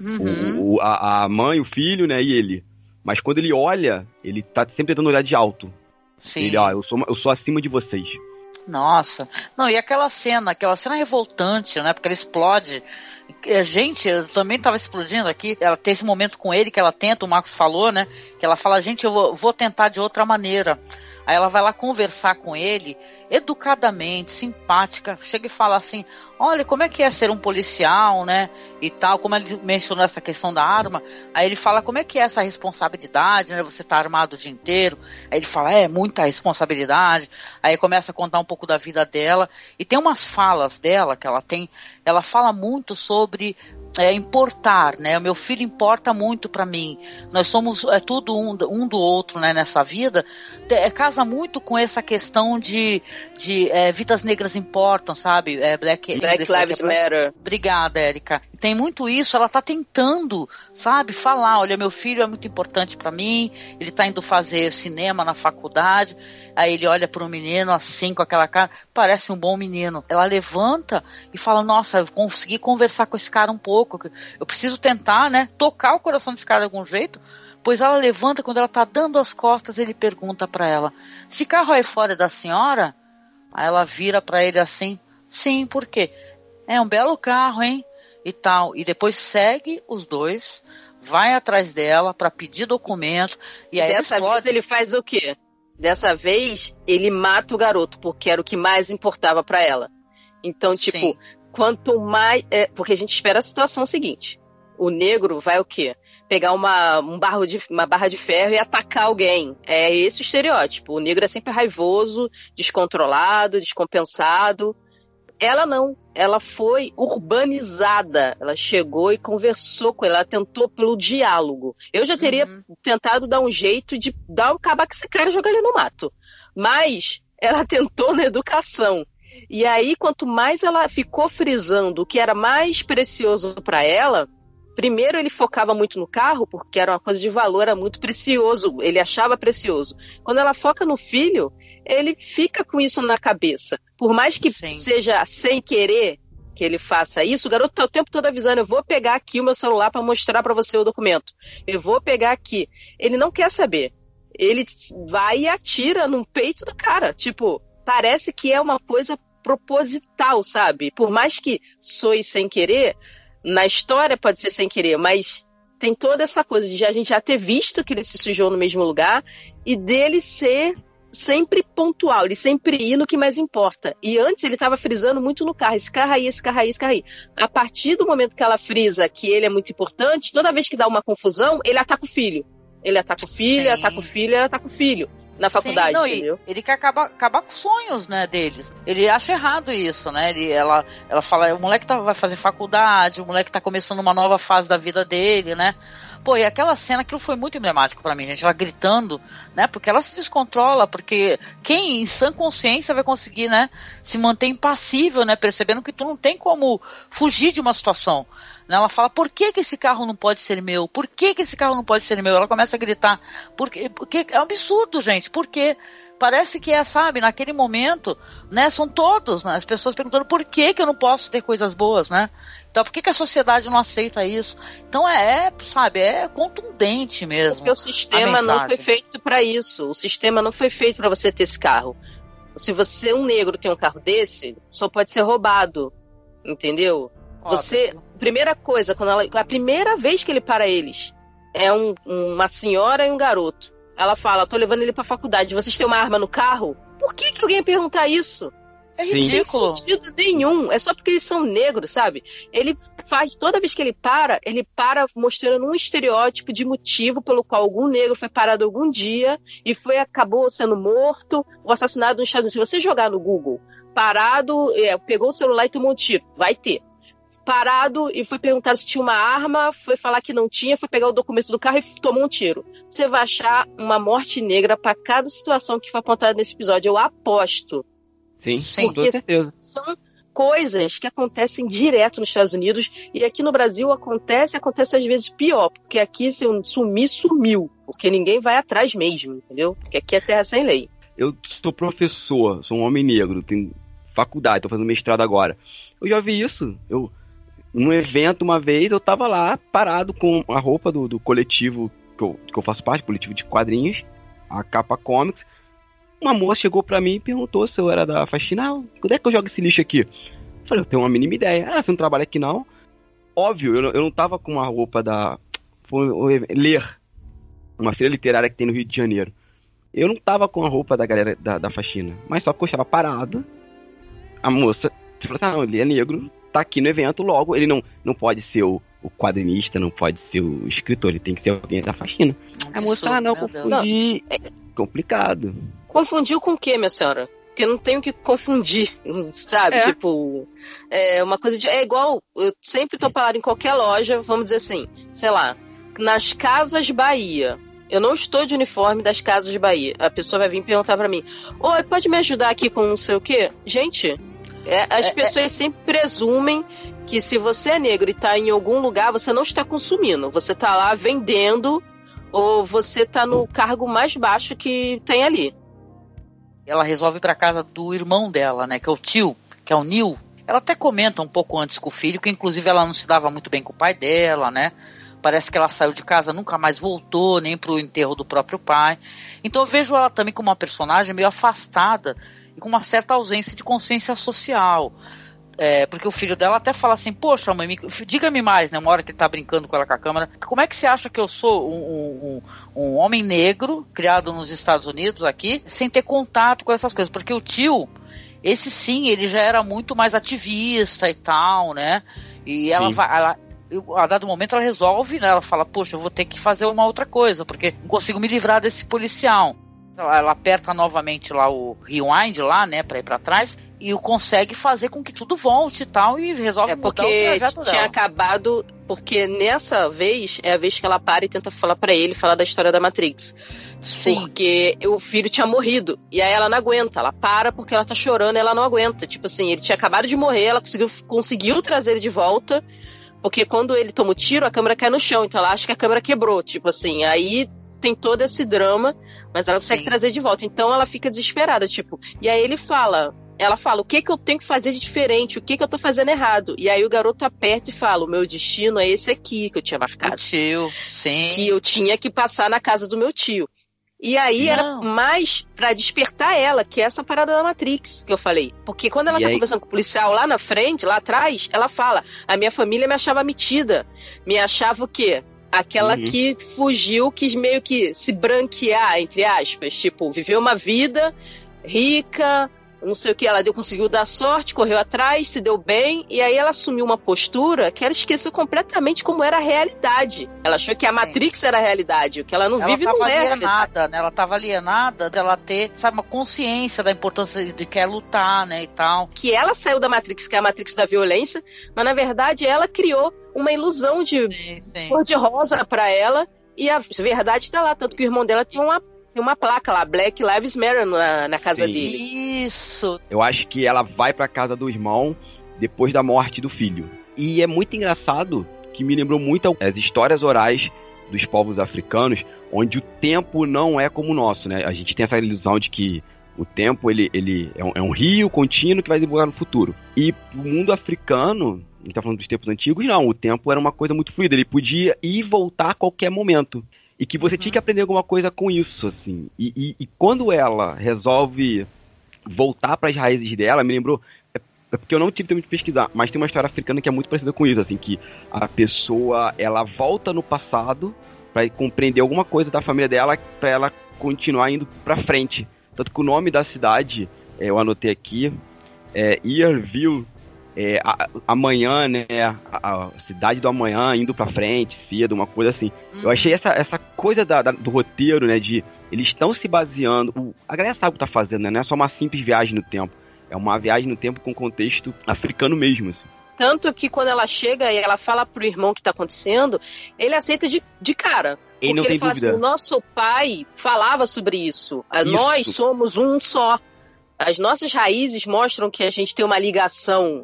A mãe, o filho, né, e ele. Mas quando ele olha, ele tá sempre tentando olhar de alto. Sim. Ele, eu sou acima de vocês. Nossa. Não, e aquela cena revoltante, né, porque ela explode. Gente, eu também tava explodindo aqui. Ela tem esse momento com ele que ela tenta, o Marcos falou, né, que ela fala, gente, eu vou tentar de outra maneira. Aí ela vai lá conversar com ele, educadamente, simpática, chega e fala assim, olha, como é que é ser um policial, né, e tal, como ele mencionou essa questão da arma, aí ele fala, como é que é essa responsabilidade, né, você tá armado o dia inteiro, aí ele fala, muita responsabilidade, aí começa a contar um pouco da vida dela, e tem umas falas dela que ela fala muito sobre importar, né? O meu filho importa muito pra mim. Nós somos tudo um do outro, né? Nessa vida. Casa muito com essa questão de vidas negras importam, sabe? Black Lives Matter. Obrigada, Erika. Tem muito isso. Ela tá tentando, sabe? Falar, olha, meu filho é muito importante pra mim. Ele tá indo fazer cinema na faculdade. Aí ele olha para um menino assim, com aquela cara, parece um bom menino. Ela levanta e fala, nossa, eu consegui conversar com esse cara um pouco. Eu preciso tentar, né, tocar o coração desse cara de algum jeito, Pois ela levanta, quando ela tá dando as costas, ele pergunta pra ela: esse carro aí fora é da senhora? Aí ela vira pra ele assim: sim, por quê? É um belo carro, hein? E tal. E depois segue os dois, vai atrás dela pra pedir documento. E aí dessa vez ele faz o quê? Dessa vez ele mata o garoto, porque era o que mais importava pra ela. Então, tipo, sim, quanto mais... porque a gente espera a situação seguinte. O negro vai o quê? Pegar uma barra de ferro e atacar alguém. É esse o estereótipo. O negro é sempre raivoso, descontrolado, descompensado. Ela não. Ela foi urbanizada. Ela chegou e conversou com ela. Ela tentou pelo diálogo. Eu já teria tentado dar um jeito de acabar com esse cara e jogar ele no mato. Mas ela tentou na educação. E aí, quanto mais ela ficou frisando o que era mais precioso para ela, primeiro ele focava muito no carro, porque era uma coisa de valor, era muito precioso, ele achava precioso. Quando ela foca no filho, ele fica com isso na cabeça. Por mais que seja sem querer que ele faça isso, o garoto tá o tempo todo avisando: eu vou pegar aqui o meu celular para mostrar para você o documento. Eu vou pegar aqui. Ele não quer saber. Ele vai e atira no peito do cara. Tipo, parece que é uma coisa proposital, sabe? Por mais que soe sem querer, na história pode ser sem querer, mas tem toda essa coisa de a gente já ter visto que ele se sujou no mesmo lugar e dele ser sempre pontual, ele sempre ir no que mais importa. E antes ele estava frisando muito no carro, esse carro aí, esse carro aí, esse carro aí. A partir do momento que ela frisa que ele é muito importante, toda vez que dá uma confusão, ele ataca o filho. Ele ataca o filho, ele ataca o filho, ele ataca o filho. Na faculdade, sim, não, entendeu? Ele quer acabar com os sonhos, né, deles. Ele acha errado isso, né? Ela fala: o moleque vai fazer faculdade, o moleque tá começando uma nova fase da vida dele, né? Pô, e aquela cena, aquilo foi muito emblemático pra mim, gente. Ela gritando, né? Porque ela se descontrola, porque quem em sã consciência vai conseguir, né, se manter impassível, né? Percebendo que tu não tem como fugir de uma situação. Ela fala: por que esse carro não pode ser meu? Por que esse carro não pode ser meu? Ela começa a gritar. Porque é um absurdo, gente. Porque parece que sabe, naquele momento, né, são todos, né, as pessoas perguntando: por que eu não posso ter coisas boas, né? Então, por que a sociedade não aceita isso? Então, sabe, é contundente mesmo. Porque o sistema não foi feito para isso. O sistema não foi feito para você ter esse carro. Se você, um negro, tem um carro desse, só pode ser roubado. Entendeu? Você, primeira coisa, a primeira vez que ele para eles, é uma senhora e um garoto. Ela fala: tô levando ele pra faculdade, vocês têm uma arma no carro? Por que alguém ia perguntar isso? É ridículo. Não tem sentido nenhum. É só porque eles são negros, sabe? Ele faz, toda vez que ele para mostrando um estereótipo de motivo pelo qual algum negro foi parado algum dia e acabou sendo morto ou assassinado nos Estados Unidos. Se você jogar no Google, parado, pegou o celular e tomou um tiro, vai ter. Parado e foi perguntado se tinha uma arma, foi falar que não tinha, foi pegar o documento do carro e tomou um tiro. Você vai achar uma morte negra para cada situação que foi apontada nesse episódio, eu aposto. Sim, com toda certeza. São coisas que acontecem direto nos Estados Unidos e aqui no Brasil acontece às vezes pior, porque aqui se eu sumir, sumiu, porque ninguém vai atrás mesmo, entendeu? Porque aqui é terra sem lei. Eu sou professor, sou um homem negro, tenho faculdade, tô fazendo mestrado agora. Eu já vi isso, num evento uma vez, eu tava lá parado com a roupa do coletivo que eu faço parte, coletivo de quadrinhos, a Capa Comics. Uma moça chegou pra mim e perguntou se eu era da faxina. Onde é que eu jogo esse lixo aqui? Eu falei: eu tenho uma mínima ideia. Você não trabalha aqui não? Óbvio, eu não tava com uma roupa ler uma feira literária que tem no Rio de Janeiro. Eu não tava com a roupa da galera da faxina, mas só porque eu estava parado. A moça falou assim: não, ele é negro, tá aqui no evento, logo ele não pode ser o quadrinista, não pode ser o escritor, ele tem que ser alguém da faxina. A moça: não, confundi. Complicado. Confundiu com o quê, minha senhora? Porque não tem o que confundir, sabe? Tipo, uma coisa é igual, eu sempre tô parado em qualquer loja, vamos dizer assim, sei lá, nas Casas Bahia. Eu não estou de uniforme das Casas Bahia. A pessoa vai vir perguntar pra mim: oi, pode me ajudar aqui com não sei o quê? Gente, as pessoas sempre presumem que se você é negro e tá em algum lugar, você não está consumindo. Você tá lá vendendo ou você tá no cargo mais baixo que tem ali. Ela resolve ir pra casa do irmão dela, né, que é o tio, que é o Neil. Ela até comenta um pouco antes com o filho, que inclusive ela não se dava muito bem com o pai dela, né? Parece que ela saiu de casa, nunca mais voltou, nem pro enterro do próprio pai. Então eu vejo ela também como uma personagem meio afastada e com uma certa ausência de consciência social. Porque o filho dela até fala assim, poxa mãe, diga-me mais, né? Uma hora que ele tá brincando com ela com a câmera, como é que você acha que eu sou um homem negro, criado nos Estados Unidos aqui, sem ter contato com essas coisas? Porque o tio, esse sim, ele já era muito mais ativista e tal, né? E ela a dado momento ela resolve, né? Ela fala, poxa, eu vou ter que fazer uma outra coisa, porque não consigo me livrar desse policial. Ela aperta novamente lá o rewind lá, né, pra ir pra trás, e consegue fazer com que tudo volte e tal, e resolve mudar o projeto dela. Tinha acabado, porque nessa vez, é a vez que ela para e tenta falar pra ele, falar da história da Matrix. Sim. Porque o filho tinha morrido, e aí ela não aguenta, ela para porque ela tá chorando e ela não aguenta. Tipo assim, ele tinha acabado de morrer, ela conseguiu trazer ele de volta, porque quando ele toma o tiro, a câmera cai no chão, então ela acha que a câmera quebrou, tipo assim, aí tem todo esse drama, mas ela consegue trazer de volta, então ela fica desesperada, tipo, e aí ela fala, o que eu tenho que fazer de diferente, o que eu tô fazendo errado, e aí o garoto aperta e fala, o meu destino é esse aqui que eu tinha marcado, o tio, sim, que eu tinha que passar na casa do meu tio. E aí era mais pra despertar ela, que é essa parada da Matrix que eu falei. Porque quando ela tá conversando com o policial lá na frente, lá atrás, ela fala, a minha família me achava metida. Me achava o quê? Aquela que fugiu, quis meio que se branquear, entre aspas. Tipo, viveu uma vida rica, não sei o que, ela conseguiu dar sorte, correu atrás, se deu bem, e aí ela assumiu uma postura que ela esqueceu completamente como era a realidade. Ela achou que a Matrix era a realidade, o que ela não vive não é. Alienada, né? Ela estava alienada dela ter, sabe, uma consciência da importância de que é lutar, né, e tal. Que ela saiu da Matrix, que é a Matrix da violência, mas na verdade ela criou uma ilusão de cor-de-rosa pra ela, e a verdade tá lá, tanto que o irmão dela tinha uma placa lá, Black Lives Matter na casa dele. Isso. Eu acho que ela vai pra casa do irmão depois da morte do filho. E é muito engraçado, que me lembrou muito as histórias orais dos povos africanos, onde o tempo não é como o nosso, né? A gente tem essa ilusão de que o tempo ele é um rio contínuo que vai desembocar no futuro. E o mundo africano, a gente tá falando dos tempos antigos, não. O tempo era uma coisa muito fluida, ele podia ir e voltar a qualquer momento. E que você tinha que aprender alguma coisa com isso, assim. E quando ela resolve voltar para as raízes dela, me lembrou... É porque eu não tive tempo de pesquisar, mas tem uma história africana que é muito parecida com isso, assim, que a pessoa, ela volta no passado para compreender alguma coisa da família dela, para ela continuar indo para frente. Tanto que o nome da cidade, eu anotei aqui, é Yearville, amanhã, né, a cidade do amanhã indo pra frente, cedo, uma coisa assim. Eu achei essa coisa do roteiro, né, de eles estão se baseando, a galera sabe o que tá fazendo, né, não é só uma simples viagem no tempo, é uma viagem no tempo com contexto africano mesmo, assim. Tanto que quando ela chega e ela fala pro irmão o que tá acontecendo, ele aceita de cara. Ele não tem dúvida. Fala assim, nosso pai falava sobre isso. Nós somos um só. As nossas raízes mostram que a gente tem uma ligação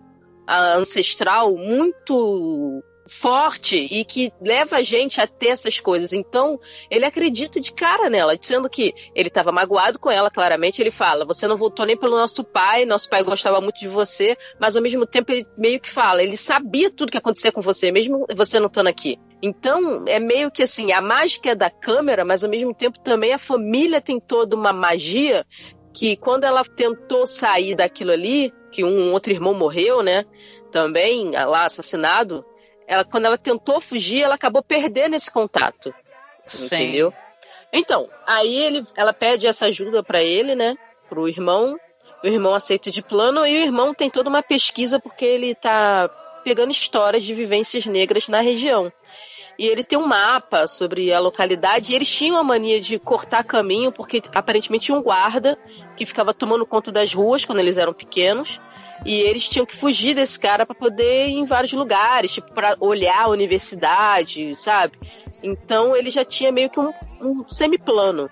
ancestral muito forte e que leva a gente a ter essas coisas. Então, ele acredita de cara nela, dizendo que ele estava magoado com ela, claramente. Ele fala, você não voltou nem pelo nosso pai gostava muito de você, mas ao mesmo tempo ele meio que fala, ele sabia tudo que ia acontecer com você, mesmo você não estando aqui. Então, é meio que assim, a mágica é da câmera, mas ao mesmo tempo também a família tem toda uma magia que quando ela tentou sair daquilo ali, que um outro irmão morreu, né, também lá assassinado, quando ela tentou fugir, ela acabou perdendo esse contato. Sim. Entendeu? Então, aí ela pede essa ajuda pra ele, né, pro irmão, o irmão aceita de plano e o irmão tem toda uma pesquisa porque ele tá pegando histórias de vivências negras na região. E ele tem um mapa sobre a localidade e eles tinham a mania de cortar caminho porque aparentemente tinha um guarda que ficava tomando conta das ruas quando eles eram pequenos e eles tinham que fugir desse cara para poder ir em vários lugares, tipo, para olhar a universidade, sabe? Então ele já tinha meio que um semiplano.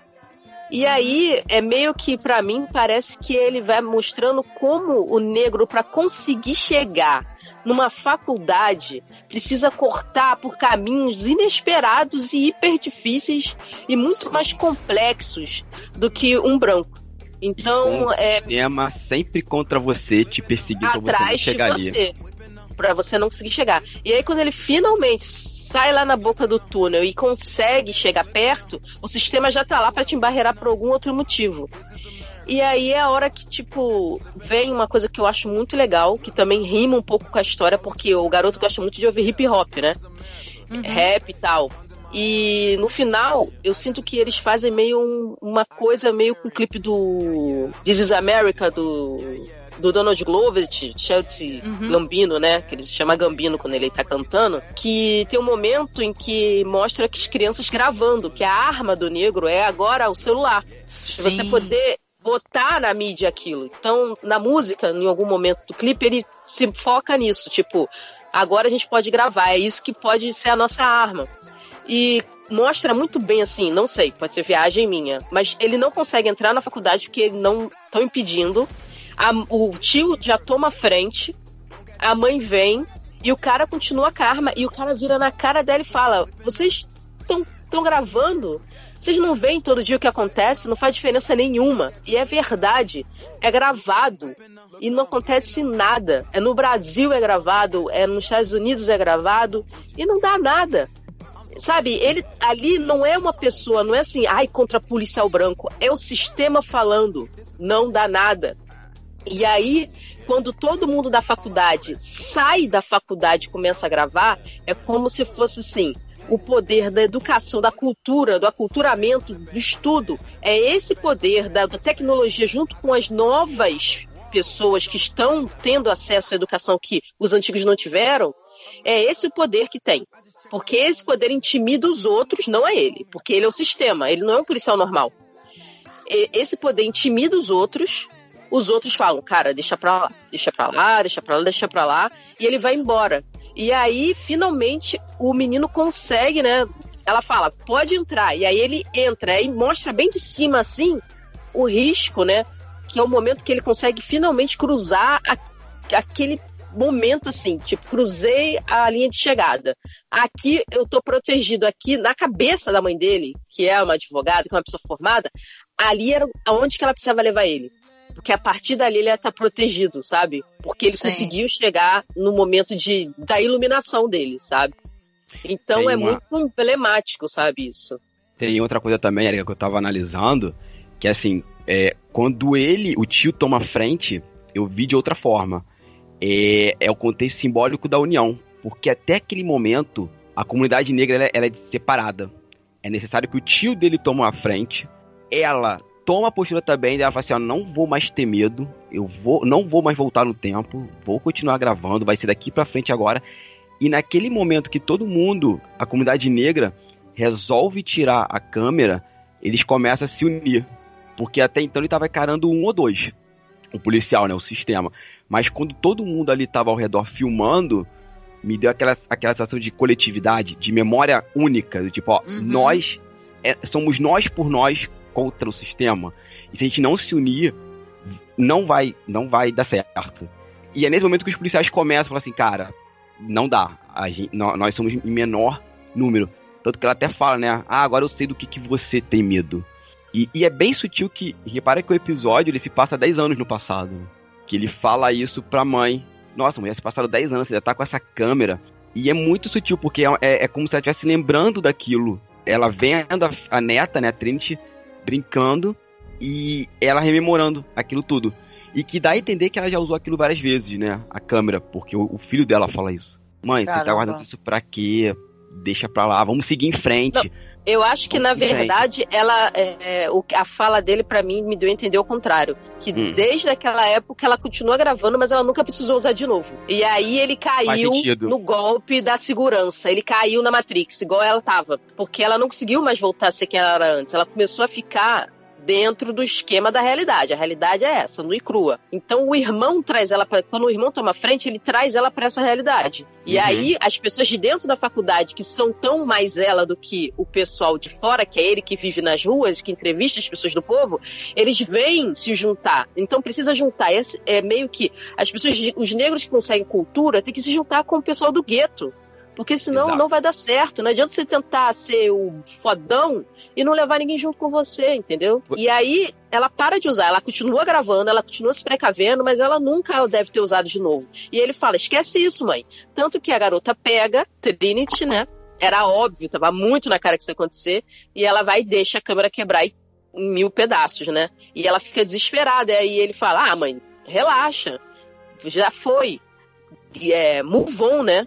E aí, é meio que, pra mim, parece que ele vai mostrando como o negro, para conseguir chegar numa faculdade, precisa cortar por caminhos inesperados e hiper difíceis e muito mais complexos do que um branco. Então, o sistema sempre contra você, te perseguindo pra você chegar ali. pra você não conseguir chegar. E aí quando ele finalmente sai lá na boca do túnel e consegue chegar perto, o sistema já tá lá pra te embarrear por algum outro motivo. E aí é a hora que, tipo, vem uma coisa que eu acho muito legal, que também rima um pouco com a história, porque o garoto gosta muito de ouvir hip hop, né? Rap e tal. E no final, eu sinto que eles fazem meio uma coisa meio com o clipe do This is America, do Donald Glover, Chelsea Gambino, né? Que ele se chama Gambino quando ele tá cantando. Que tem um momento em que mostra que as crianças gravando, que a arma do negro é agora o celular. Sim. Você poder botar na mídia aquilo. Então, na música, em algum momento do clipe, ele se foca nisso. Tipo, agora a gente pode gravar, é isso que pode ser a nossa arma. E mostra muito bem, assim, não sei, pode ser viagem minha, mas ele não consegue entrar na faculdade porque ele não estão impedindo. O tio já toma a frente, a mãe vem e o cara continua com a arma e o cara vira na cara dela e fala: vocês estão gravando? Vocês não veem todo dia o que acontece? Não faz diferença nenhuma. E é verdade. É gravado. E não acontece nada. É no Brasil é gravado. É nos Estados Unidos é gravado. E não dá nada. Sabe? Ele ali não é uma pessoa. Não é assim, ai, contra policial branco. É o sistema falando. Não dá nada. E aí, quando todo mundo da faculdade sai da faculdade e começa a gravar, é como se fosse assim... O poder da educação, da cultura, do aculturamento, do estudo. É esse poder da tecnologia junto com as novas pessoas que estão tendo acesso à educação que os antigos não tiveram. É esse o poder que tem. Porque esse poder intimida os outros, não é ele. Porque ele é o sistema, ele não é um policial normal. Esse poder intimida os outros falam, cara, deixa pra lá, deixa pra lá, deixa pra lá, deixa pra lá. E ele vai embora. E aí, finalmente, o menino consegue, né? Ela fala, pode entrar. E aí ele entra e mostra bem de cima, assim, o risco, né? Que é o momento que ele consegue finalmente cruzar aquele momento, assim. Tipo, cruzei a linha de chegada. Aqui eu tô protegido. Aqui, na cabeça da mãe dele, que é uma advogada, que é uma pessoa formada, ali era onde que ela precisava levar ele. Porque a partir dali ele ia estar protegido, sabe? Porque ele conseguiu chegar no momento da iluminação dele, sabe? Então muito emblemático, sabe, isso. Tem outra coisa também, Erika, que eu tava analisando, que assim, quando o tio toma frente, eu vi de outra forma. É o contexto simbólico da união. Porque até aquele momento, a comunidade negra ela é separada. É necessário que o tio dele tome a frente, ela toma a postura também, ela fala assim, ó, não vou mais ter medo, não vou mais voltar no tempo, vou continuar gravando, vai ser daqui pra frente agora. E naquele momento que todo mundo, a comunidade negra, resolve tirar a câmera, eles começam a se unir. Porque até então ele tava encarando um ou dois, o policial, né, o sistema. Mas quando todo mundo ali tava ao redor filmando, me deu aquela sensação de coletividade, de memória única, tipo, ó, nós, somos nós por nós, contra o sistema. E se a gente não se unir, não vai dar certo. E é nesse momento que os policiais começam a falar assim, cara, não dá. Nós somos em menor número. Tanto que ela até fala, né? Ah, agora eu sei do que você tem medo. E é bem sutil que, repara que o episódio ele se passa 10 anos no passado. Que ele fala isso pra mãe. Nossa, mulher, se passaram 10 anos, você já tá com essa câmera. E é muito sutil, porque é como se ela estivesse lembrando daquilo. Ela vendo a neta, né, a Trinity, brincando e ela rememorando aquilo tudo. E que dá a entender que ela já usou aquilo várias vezes, né? A câmera, porque o filho dela fala isso. Mãe, Caramba. Você tá guardando isso pra quê? Deixa pra lá, vamos seguir em frente. Não, eu acho que, na verdade, a fala dele, pra mim, me deu a entender o contrário. Que desde aquela época ela continua gravando, mas ela nunca precisou usar de novo. E aí ele caiu no golpe da segurança. Ele caiu na Matrix, igual ela tava. Porque ela não conseguiu mais voltar a ser quem ela era antes. Ela começou a ficar dentro do esquema da realidade. A realidade é essa, nua e crua. Então o irmão traz ela pra... Quando o irmão toma frente, ele traz ela pra essa realidade. E aí as pessoas de dentro da faculdade, que são tão mais ela do que o pessoal de fora, que é ele que vive nas ruas, que entrevista as pessoas do povo, eles vêm se juntar. Então precisa juntar. É meio que as pessoas, os negros que conseguem cultura, tem que se juntar com o pessoal do gueto. Porque senão Exato. não vai dar certo. Não adianta você tentar ser o fodão e não levar ninguém junto com você, entendeu? E aí, ela para de usar. Ela continua gravando, ela continua se precavendo, mas ela nunca deve ter usado de novo. E ele fala, esquece isso, mãe. Tanto que a garota pega Trinity, né? Era óbvio, tava muito na cara que isso ia acontecer. E ela vai e deixa a câmera quebrar em 1000 pedaços, né? E ela fica desesperada. E aí ele fala, mãe, relaxa. Já foi. Move on, né?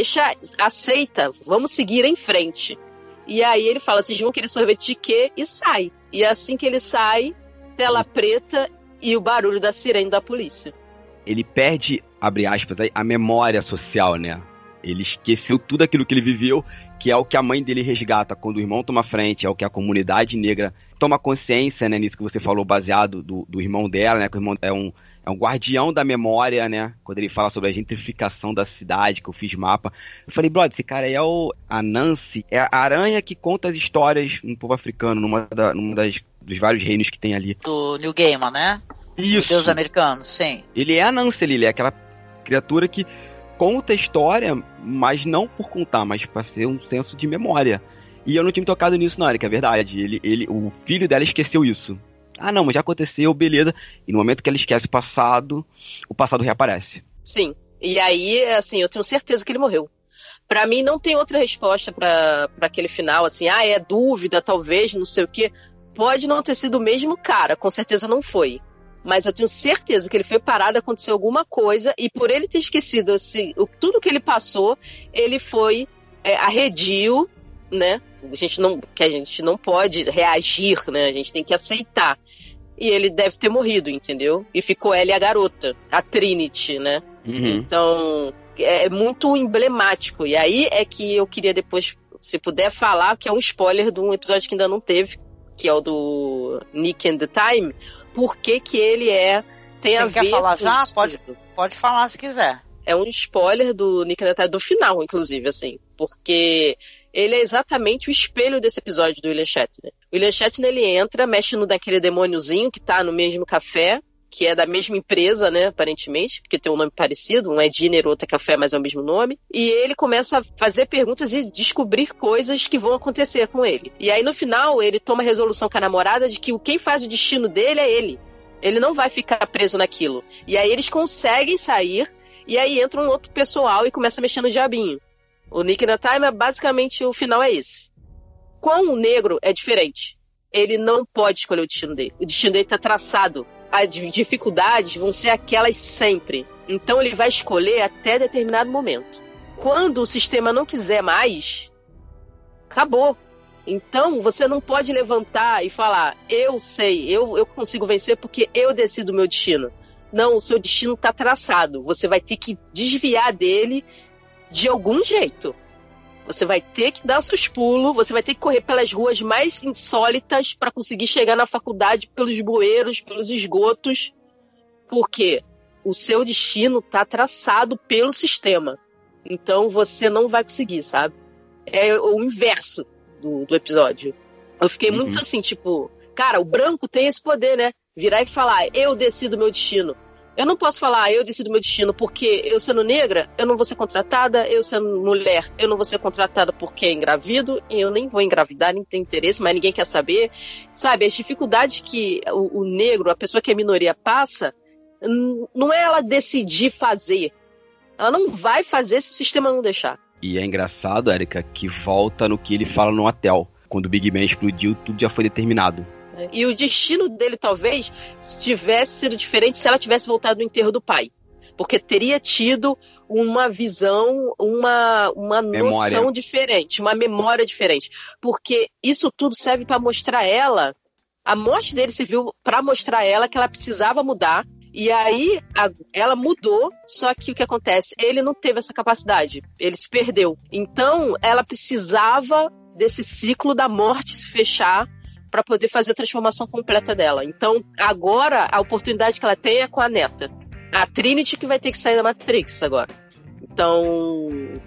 Aceita, vamos seguir em frente. E aí ele fala, vocês vão querer sorvete de quê? E sai. E assim que ele sai, tela preta e o barulho da sirene da polícia. Ele perde, abre aspas, a memória social, né? Ele esqueceu tudo aquilo que ele viveu, que é o que a mãe dele resgata quando o irmão toma frente, é o que a comunidade negra toma consciência, né? Nisso que você falou, baseado do irmão dela, né? Que o irmão é um guardião da memória, né? Quando ele fala sobre a gentrificação da cidade, que eu fiz mapa. Eu falei, brother, esse cara aí é a Nancy, é a aranha que conta as histórias no povo africano, numa dos vários reinos que tem ali. Do Neil Gaiman, né? Isso. Do Deus americano, sim. Ele é a Nancy, ele é aquela criatura que conta a história, mas não por contar, mas pra ser um senso de memória. E eu não tinha me tocado nisso, não, Erika, é verdade. O filho dela esqueceu isso. Não, mas já aconteceu, beleza. E no momento que ela esquece o passado reaparece. Sim. E aí, assim, eu tenho certeza que ele morreu. Pra mim, não tem outra resposta pra aquele final, assim, é dúvida, talvez, não sei o quê. Pode não ter sido o mesmo cara, com certeza não foi. Mas eu tenho certeza que ele foi parado, aconteceu alguma coisa, e por ele ter esquecido assim, tudo que ele passou, ele foi arredio, né? Que a gente não pode reagir, né? A gente tem que aceitar. E ele deve ter morrido, entendeu? E ficou ela e a garota, a Trinity, né? Uhum. Então, é muito emblemático. E aí é que eu queria depois, se puder falar, que é um spoiler de um episódio que ainda não teve, que é o do Nick and the Time, por que ele tem a ver... Você quer falar já? Isso. Pode falar se quiser. É um spoiler do Nick and the Time, do final, inclusive, assim, porque ele é exatamente o espelho desse episódio do William Shatner. O William Shatner, ele entra, mexe no daquele demôniozinho que tá no mesmo café, que é da mesma empresa, né, aparentemente, porque tem um nome parecido, um é Dinner, outro é Café, mas é o mesmo nome, e ele começa a fazer perguntas e descobrir coisas que vão acontecer com ele. E aí, no final, ele toma a resolução com a namorada de que quem faz o destino dele é ele. Ele não vai ficar preso naquilo. E aí eles conseguem sair, e aí entra um outro pessoal e começa a mexer no diabinho. O Nick and the Time, basicamente, o final é esse. Com o negro, é diferente. Ele não pode escolher o destino dele. O destino dele está traçado. As dificuldades vão ser aquelas sempre. Então ele vai escolher até determinado momento. Quando o sistema não quiser mais, acabou. Então você não pode levantar e falar, eu sei, eu consigo vencer porque eu decido o meu destino. Não, o seu destino está traçado. Você vai ter que desviar dele de algum jeito. Você vai ter que dar os seus pulos, você vai ter que correr pelas ruas mais insólitas para conseguir chegar na faculdade pelos bueiros, pelos esgotos, porque o seu destino está traçado pelo sistema. Então você não vai conseguir, sabe? É o inverso do episódio. Eu fiquei muito assim, tipo, cara, o branco tem esse poder, né? Virar e falar, eu decido meu destino. Eu não posso falar, eu decido meu destino, porque eu sendo negra, eu não vou ser contratada, eu sendo mulher, eu não vou ser contratada porque é engravido, e eu nem vou engravidar, nem tenho interesse, mas ninguém quer saber. Sabe, as dificuldades que o negro, a pessoa que é minoria passa, não é ela decidir fazer. Ela não vai fazer se o sistema não deixar. E é engraçado, Erika, que volta no que ele fala no hotel. Quando o Big Ben explodiu, tudo já foi determinado. E o destino dele, talvez, tivesse sido diferente se ela tivesse voltado no enterro do pai. Porque teria tido uma visão, uma noção diferente, uma memória diferente. Porque isso tudo serve para mostrar ela, a morte dele serviu para mostrar ela que ela precisava mudar. E aí, ela mudou, só que o que acontece? Ele não teve essa capacidade, ele se perdeu. Então, ela precisava desse ciclo da morte se fechar para poder fazer a transformação completa dela. Então, agora, a oportunidade que ela tem é com a neta. A Trinity que vai ter que sair da Matrix agora. Então,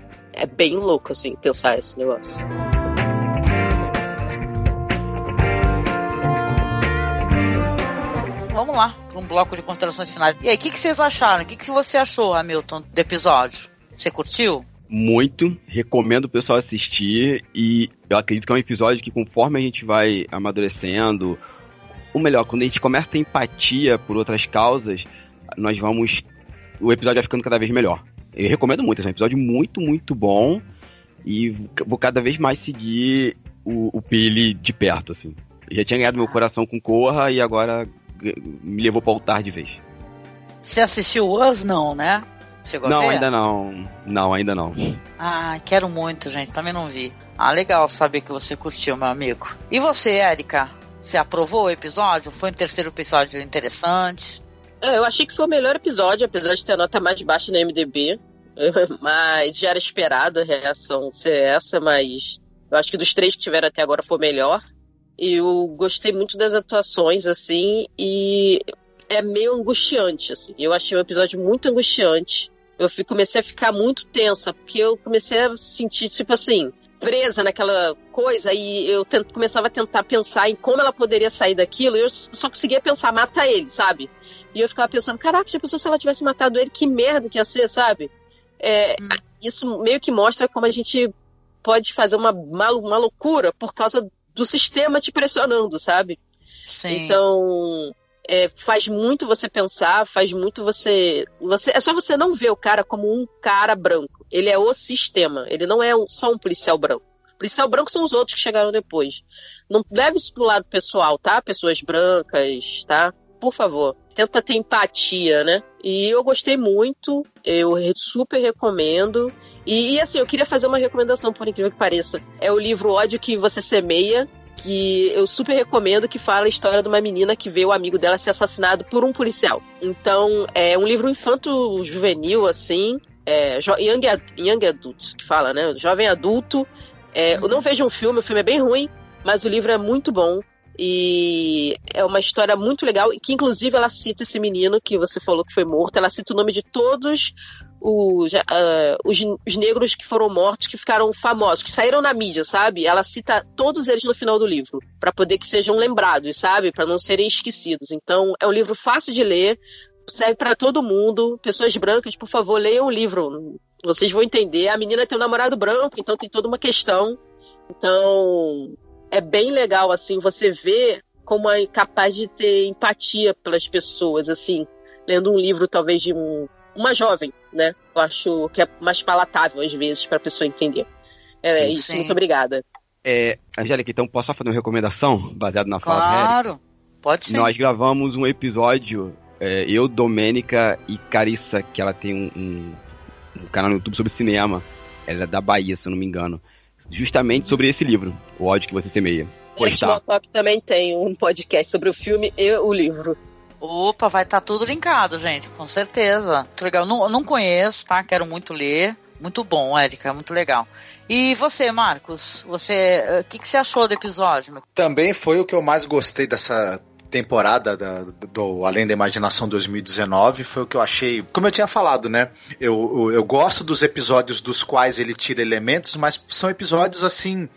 é bem louco, assim, pensar esse negócio. Vamos lá, para um bloco de considerações finais. E aí, o que vocês acharam? O que você achou, Hamilton, do episódio? Você curtiu? muito, recomendo o pessoal assistir, e eu acredito que é um episódio que, conforme a gente vai amadurecendo, ou melhor, quando a gente começa a ter empatia por outras causas, o episódio vai ficando cada vez melhor. Eu recomendo muito, é um episódio muito, muito bom, e vou cada vez mais seguir o Pili de perto, assim. Eu já tinha ganhado meu coração com Korra, e agora me levou pra altar de vez. Você assistiu Us, não, né? Chegou a ver? Ainda não. Não, ainda não. Ah, quero muito, gente. Também não vi. Ah, legal saber que você curtiu, meu amigo. E você, Érica? Você aprovou o episódio? Foi um terceiro episódio interessante? Eu achei que foi o melhor episódio, apesar de ter a nota mais baixa na MDB. Mas já era esperado a reação ser essa, mas eu acho que dos 3 que tiveram até agora foi o melhor. Eu gostei muito das atuações, assim, e é meio angustiante, assim. Eu achei o episódio muito angustiante. Eu comecei a ficar muito tensa, porque eu comecei a sentir, tipo assim, presa naquela coisa, e eu começava a tentar pensar em como ela poderia sair daquilo, e eu só conseguia pensar, mata ele, sabe? E eu ficava pensando, caraca, já pensou se ela tivesse matado ele, que merda que ia ser, sabe? Isso meio que mostra como a gente pode fazer uma loucura por causa do sistema te pressionando, sabe? Sim. Então, faz muito você pensar, faz muito você... É só você não ver o cara como um cara branco. Ele é o sistema, ele não é só um policial branco. Policial branco são os outros que chegaram depois. Não leve isso pro lado pessoal, tá? Pessoas brancas, tá? Por favor, tenta ter empatia, né? E eu gostei muito, eu super recomendo. E assim, eu queria fazer uma recomendação, por incrível que pareça. É o livro Ódio que Você Semeia, que eu super recomendo, que fala a história de uma menina que vê o amigo dela ser assassinado por um policial. Então, é um livro infanto-juvenil, assim, young adult, que fala, né? Jovem adulto. Eu não vejo um filme, o filme é bem ruim, mas o livro é muito bom. E é uma história muito legal, e que inclusive ela cita esse menino que você falou que foi morto, ela cita o nome de todos os negros que foram mortos, que ficaram famosos, que saíram na mídia, sabe? Ela cita todos eles no final do livro, para poder que sejam lembrados, sabe? Para não serem esquecidos. Então é um livro fácil de ler, serve para todo mundo. Pessoas brancas, por favor, leiam o livro, vocês vão entender. A menina tem um namorado branco, então tem toda uma questão. Então é bem legal, assim, você vê como é capaz de ter empatia pelas pessoas, assim, lendo um livro, talvez, de uma jovem, né? Eu acho que é mais palatável, às vezes, para a pessoa entender. É isso, sim. Muito obrigada. Angélica, então, posso só fazer uma recomendação, baseada na fala da Claro, pode ser. Nós gravamos um episódio, eu, Domênica e Carissa, que ela tem um canal no YouTube sobre cinema. Ela é da Bahia, se eu não me engano. Justamente sobre esse livro, O Ódio que Você Semeia. Gente, o Motoque também tem um podcast sobre o filme e o livro. Opa, vai estar tudo linkado, gente, com certeza. Muito legal. Não conheço, tá? Quero muito ler. Muito bom, Érica, muito legal. E você, Marcos? O que você achou do episódio? Também foi o que eu mais gostei dessa temporada do Além da Imaginação 2019, foi o que eu achei, como eu tinha falado, né, eu gosto dos episódios dos quais ele tira elementos, mas são episódios assim,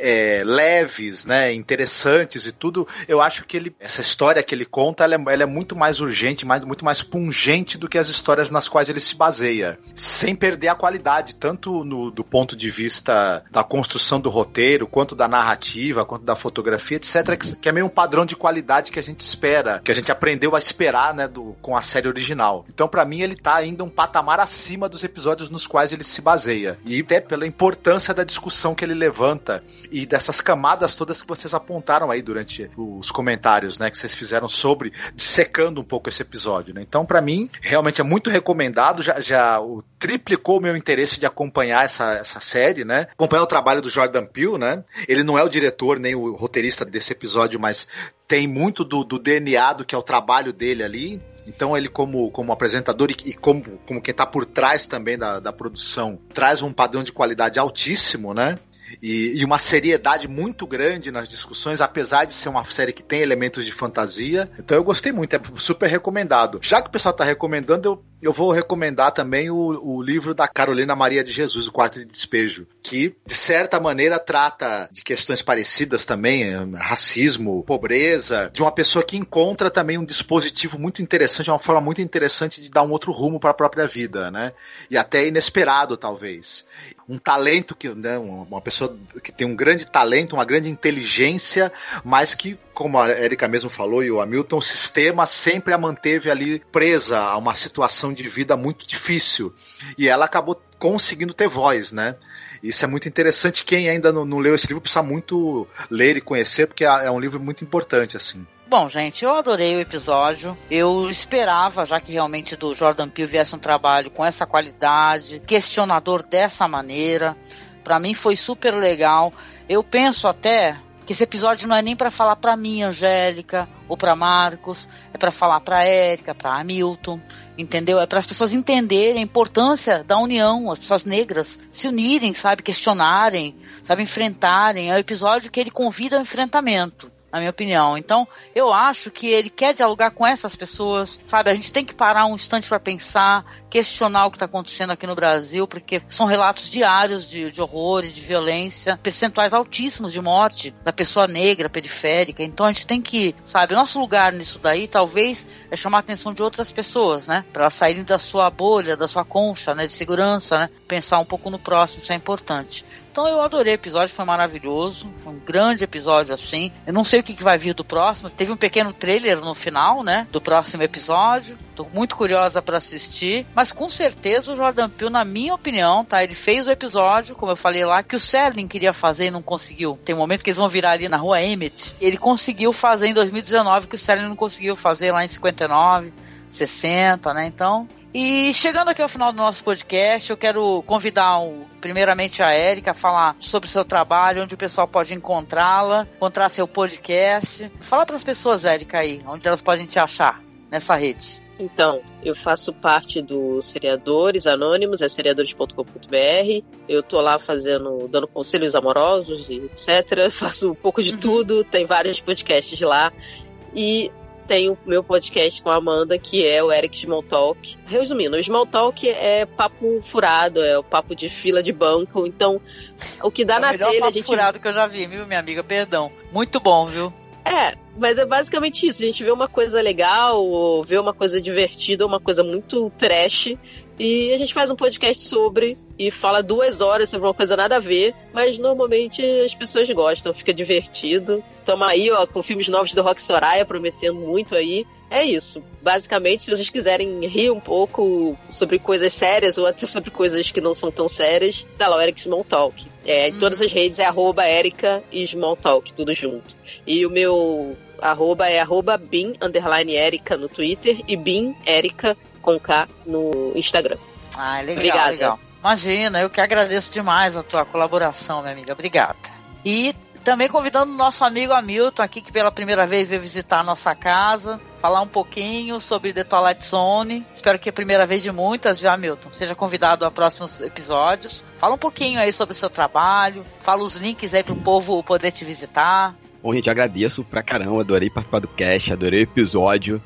leves, né, interessantes e tudo. Eu acho que essa história que ele conta, ela é muito mais urgente, muito mais pungente do que as histórias nas quais ele se baseia, sem perder a qualidade, tanto do ponto de vista da construção do roteiro, quanto da narrativa, quanto da fotografia, etc, que é meio um padrão de qualidade que a gente espera, que a gente aprendeu a esperar, né, com a série original. Então, pra mim, ele tá ainda um patamar acima dos episódios nos quais ele se baseia. E até pela importância da discussão que ele levanta e dessas camadas todas que vocês apontaram aí durante os comentários, né, que vocês fizeram sobre, dissecando um pouco esse episódio, né? Então, pra mim, realmente é muito recomendado, já triplicou o meu interesse de acompanhar essa série, né? Acompanhar o trabalho do Jordan Peele, né? Ele não é o diretor nem o roteirista desse episódio, mas tem muito do DNA do que é o trabalho dele ali. Então ele como apresentador e como quem está por trás também da produção, traz um padrão de qualidade altíssimo, né? E uma seriedade muito grande nas discussões, apesar de ser uma série que tem elementos de fantasia. Então eu gostei muito, é super recomendado. Já que o pessoal está recomendando, eu vou recomendar também o livro da Carolina Maria de Jesus, O Quarto de Despejo, que, de certa maneira, trata de questões parecidas também, racismo, pobreza, de uma pessoa que encontra também um dispositivo muito interessante, uma forma muito interessante de dar um outro rumo para a própria vida, né? E até inesperado, talvez. Um talento, né, uma pessoa que tem um grande talento, uma grande inteligência, mas que, como a Erika mesmo falou e o Hamilton, o sistema sempre a manteve ali presa a uma situação de vida muito difícil. E ela acabou conseguindo ter voz, né? Isso é muito interessante. Quem ainda não leu esse livro precisa muito ler e conhecer, porque é um livro muito importante, assim. Bom, gente, eu adorei o episódio. Eu esperava, já que realmente do Jordan Peele viesse um trabalho com essa qualidade, questionador dessa maneira. Pra mim foi super legal. Eu penso até que esse episódio não é nem pra falar pra mim, Angélica, ou pra Marcos, é pra falar pra Erika, pra Hamilton, entendeu? É para as pessoas entenderem a importância da união, as pessoas negras se unirem, sabe, questionarem, sabe, enfrentarem. É o episódio que ele convida ao enfrentamento, na minha opinião. Então, eu acho que ele quer dialogar com essas pessoas, sabe? A gente tem que parar um instante para pensar, questionar o que está acontecendo aqui no Brasil, porque são relatos diários de horror e de violência, percentuais altíssimos de morte da pessoa negra, periférica. Então, a gente tem que, sabe, o nosso lugar nisso daí, talvez, é chamar a atenção de outras pessoas, né? Para elas saírem da sua bolha, da sua concha, né? De segurança, né? Pensar um pouco no próximo, isso é importante. Então eu adorei o episódio, foi maravilhoso, foi um grande episódio assim. Eu não sei o que vai vir do próximo, teve um pequeno trailer no final, né, do próximo episódio. Tô muito curiosa para assistir, mas com certeza o Jordan Peele, na minha opinião, tá, ele fez o episódio, como eu falei lá, que o Serling queria fazer e não conseguiu. Tem um momento que eles vão virar ali na rua Emmett, ele conseguiu fazer em 2019, que o Serling não conseguiu fazer lá em 59, 60, né, então... E chegando aqui ao final do nosso podcast, eu quero convidar primeiramente a Erika a falar sobre o seu trabalho, onde o pessoal pode encontrá-la, encontrar seu podcast. Fala para as pessoas, Erika, aí, onde elas podem te achar nessa rede. Então, eu faço parte do Seriadores Anônimos, é seriadores.com.br. Eu tô lá dando conselhos amorosos e etc. Faço um pouco de tudo, tem vários podcasts lá. E tem o meu podcast com a Amanda, que é o Eric Small Talk. Resumindo, o Small Talk é papo furado, é o papo de fila de banco. Então, o que dá na telha... É o melhor papo furado que eu já vi, viu, minha amiga? Perdão. Muito bom, viu? É, mas é basicamente isso. A gente vê uma coisa legal, ou vê uma coisa divertida, uma coisa muito trash, e a gente faz um podcast sobre, e fala 2 horas sobre uma coisa nada a ver, mas normalmente as pessoas gostam, fica divertido. Tamo aí, ó, com filmes novos do Rock Soraya, prometendo muito aí. É isso. Basicamente, se vocês quiserem rir um pouco sobre coisas sérias, ou até sobre coisas que não são tão sérias, tá lá o Eric Small Talk. Em todas as redes é @Erica e Small Talk, tudo junto. E o meu arroba é @bin_Erica no Twitter e bin_Erica com K no Instagram. Ah, legal, Obrigada. Legal. Imagina, eu que agradeço demais a tua colaboração, minha amiga. Obrigada. E também convidando o nosso amigo Hamilton aqui, que pela primeira vez veio visitar a nossa casa, falar um pouquinho sobre The Twilight Zone. Espero que é a primeira vez de muitas, viu, Hamilton? Seja convidado a próximos episódios. Fala um pouquinho aí sobre o seu trabalho, fala os links aí pro povo poder te visitar. Bom, gente, agradeço pra caramba, adorei participar do cast, adorei o episódio.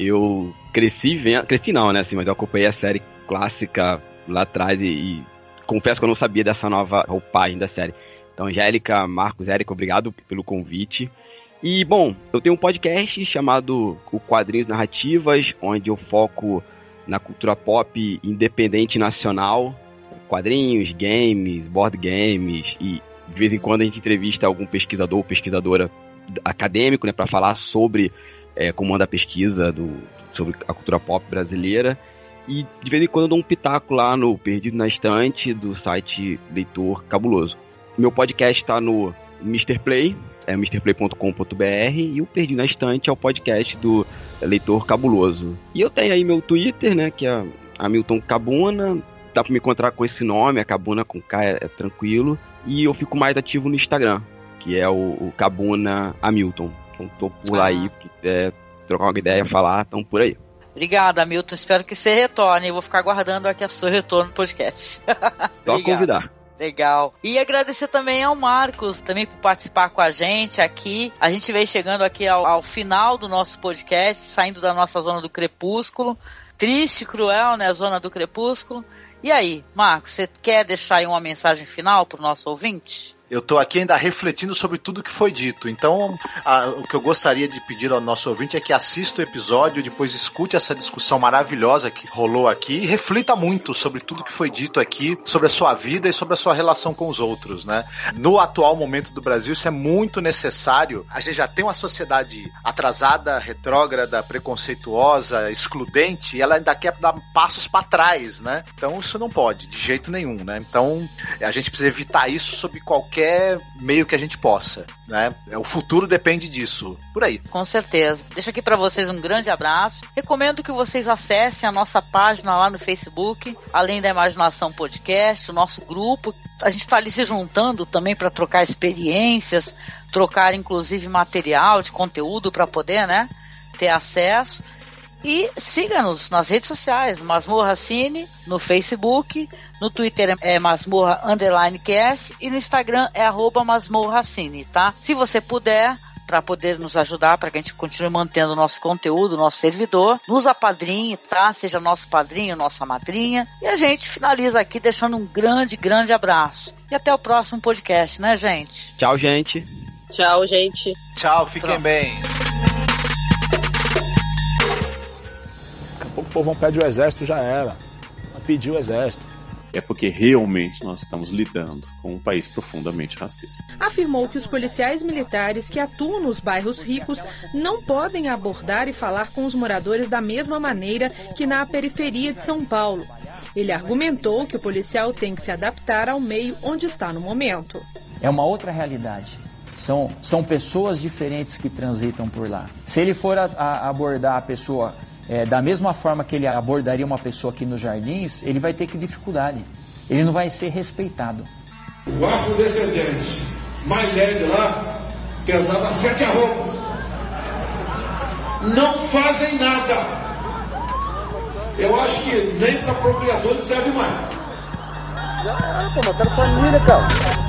Eu cresci não, né, assim, mas eu acompanhei a série clássica lá atrás e confesso que eu não sabia dessa nova roupagem da série. Então, Angélica, Marcos, Erika, obrigado pelo convite. E, bom, eu tenho um podcast chamado O Quadrinhos Narrativas, onde eu foco na cultura pop independente nacional, quadrinhos, games, board games, e de vez em quando a gente entrevista algum pesquisador ou pesquisadora acadêmico, né, para falar sobre como anda a pesquisa sobre a cultura pop brasileira. E de vez em quando eu dou um pitaco lá no Perdido na Estante, do site Leitor Cabuloso. Meu podcast está no Mr. Play, é mrplay.com.br, e o Perdido na Estante é o podcast do Leitor Cabuloso. E eu tenho aí meu Twitter, né, que é Hamilton Cabuna, dá pra me encontrar com esse nome, a Cabuna com K é tranquilo, e eu fico mais ativo no Instagram, que é o Cabuna Hamilton. Então tô por lá aí, se quiser trocar uma ideia, falar, estão por aí. Obrigada, Hamilton, espero que você retorne, eu vou ficar aguardando aqui a seu retorno no podcast. Só convidar. Legal. E agradecer também ao Marcos, também por participar com a gente aqui. A gente veio chegando aqui ao final do nosso podcast, saindo da nossa zona do crepúsculo. Triste, cruel, né, a zona do crepúsculo. E aí, Marcos, você quer deixar aí uma mensagem final para o nosso ouvinte? Eu estou aqui ainda refletindo sobre tudo que foi dito. Então, o que eu gostaria de pedir ao nosso ouvinte é que assista o episódio, depois escute essa discussão maravilhosa que rolou aqui e reflita muito sobre tudo que foi dito aqui, sobre a sua vida e sobre a sua relação com os outros, né? No atual momento do Brasil, isso é muito necessário. A gente já tem uma sociedade atrasada, retrógrada, preconceituosa, excludente, e ela ainda quer dar passos para trás, né? Então, isso não pode, de jeito nenhum, né? Então, a gente precisa evitar isso sob qualquer meio que a gente possa, né? O futuro depende disso, por aí. Com certeza. Deixo aqui para vocês um grande abraço. Recomendo que vocês acessem a nossa página lá no Facebook, Além da Imaginação Podcast, o nosso grupo. A gente está ali se juntando também para trocar experiências, trocar inclusive material de conteúdo para poder, né, ter acesso. E siga-nos nas redes sociais, Masmorra Cine, no Facebook, no Twitter é Masmorra_cast e no Instagram é @MasmorraCine, tá? Se você puder, para poder nos ajudar, para que a gente continue mantendo o nosso conteúdo, o nosso servidor, nos apadrinhe, tá? Seja nosso padrinho, nossa madrinha. E a gente finaliza aqui deixando um grande, grande abraço. E até o próximo podcast, né, gente? Tchau, gente. Tchau, gente. Tchau, fiquem bem. O povão pede o exército, já era. Pediu o exército. É porque realmente nós estamos lidando com um país profundamente racista. Afirmou que os policiais militares que atuam nos bairros ricos não podem abordar e falar com os moradores da mesma maneira que na periferia de São Paulo. Ele argumentou que o policial tem que se adaptar ao meio onde está no momento. É uma outra realidade. São pessoas diferentes que transitam por lá. Se ele for abordar a pessoa da mesma forma que ele abordaria uma pessoa aqui nos Jardins, ele vai ter que dificuldade. Ele não vai ser respeitado. O afrodescendente mais leve lá, pesada 7 arrobas, não fazem nada. Eu acho que nem para procriadores serve mais. Já era, pô, mataram família, cara.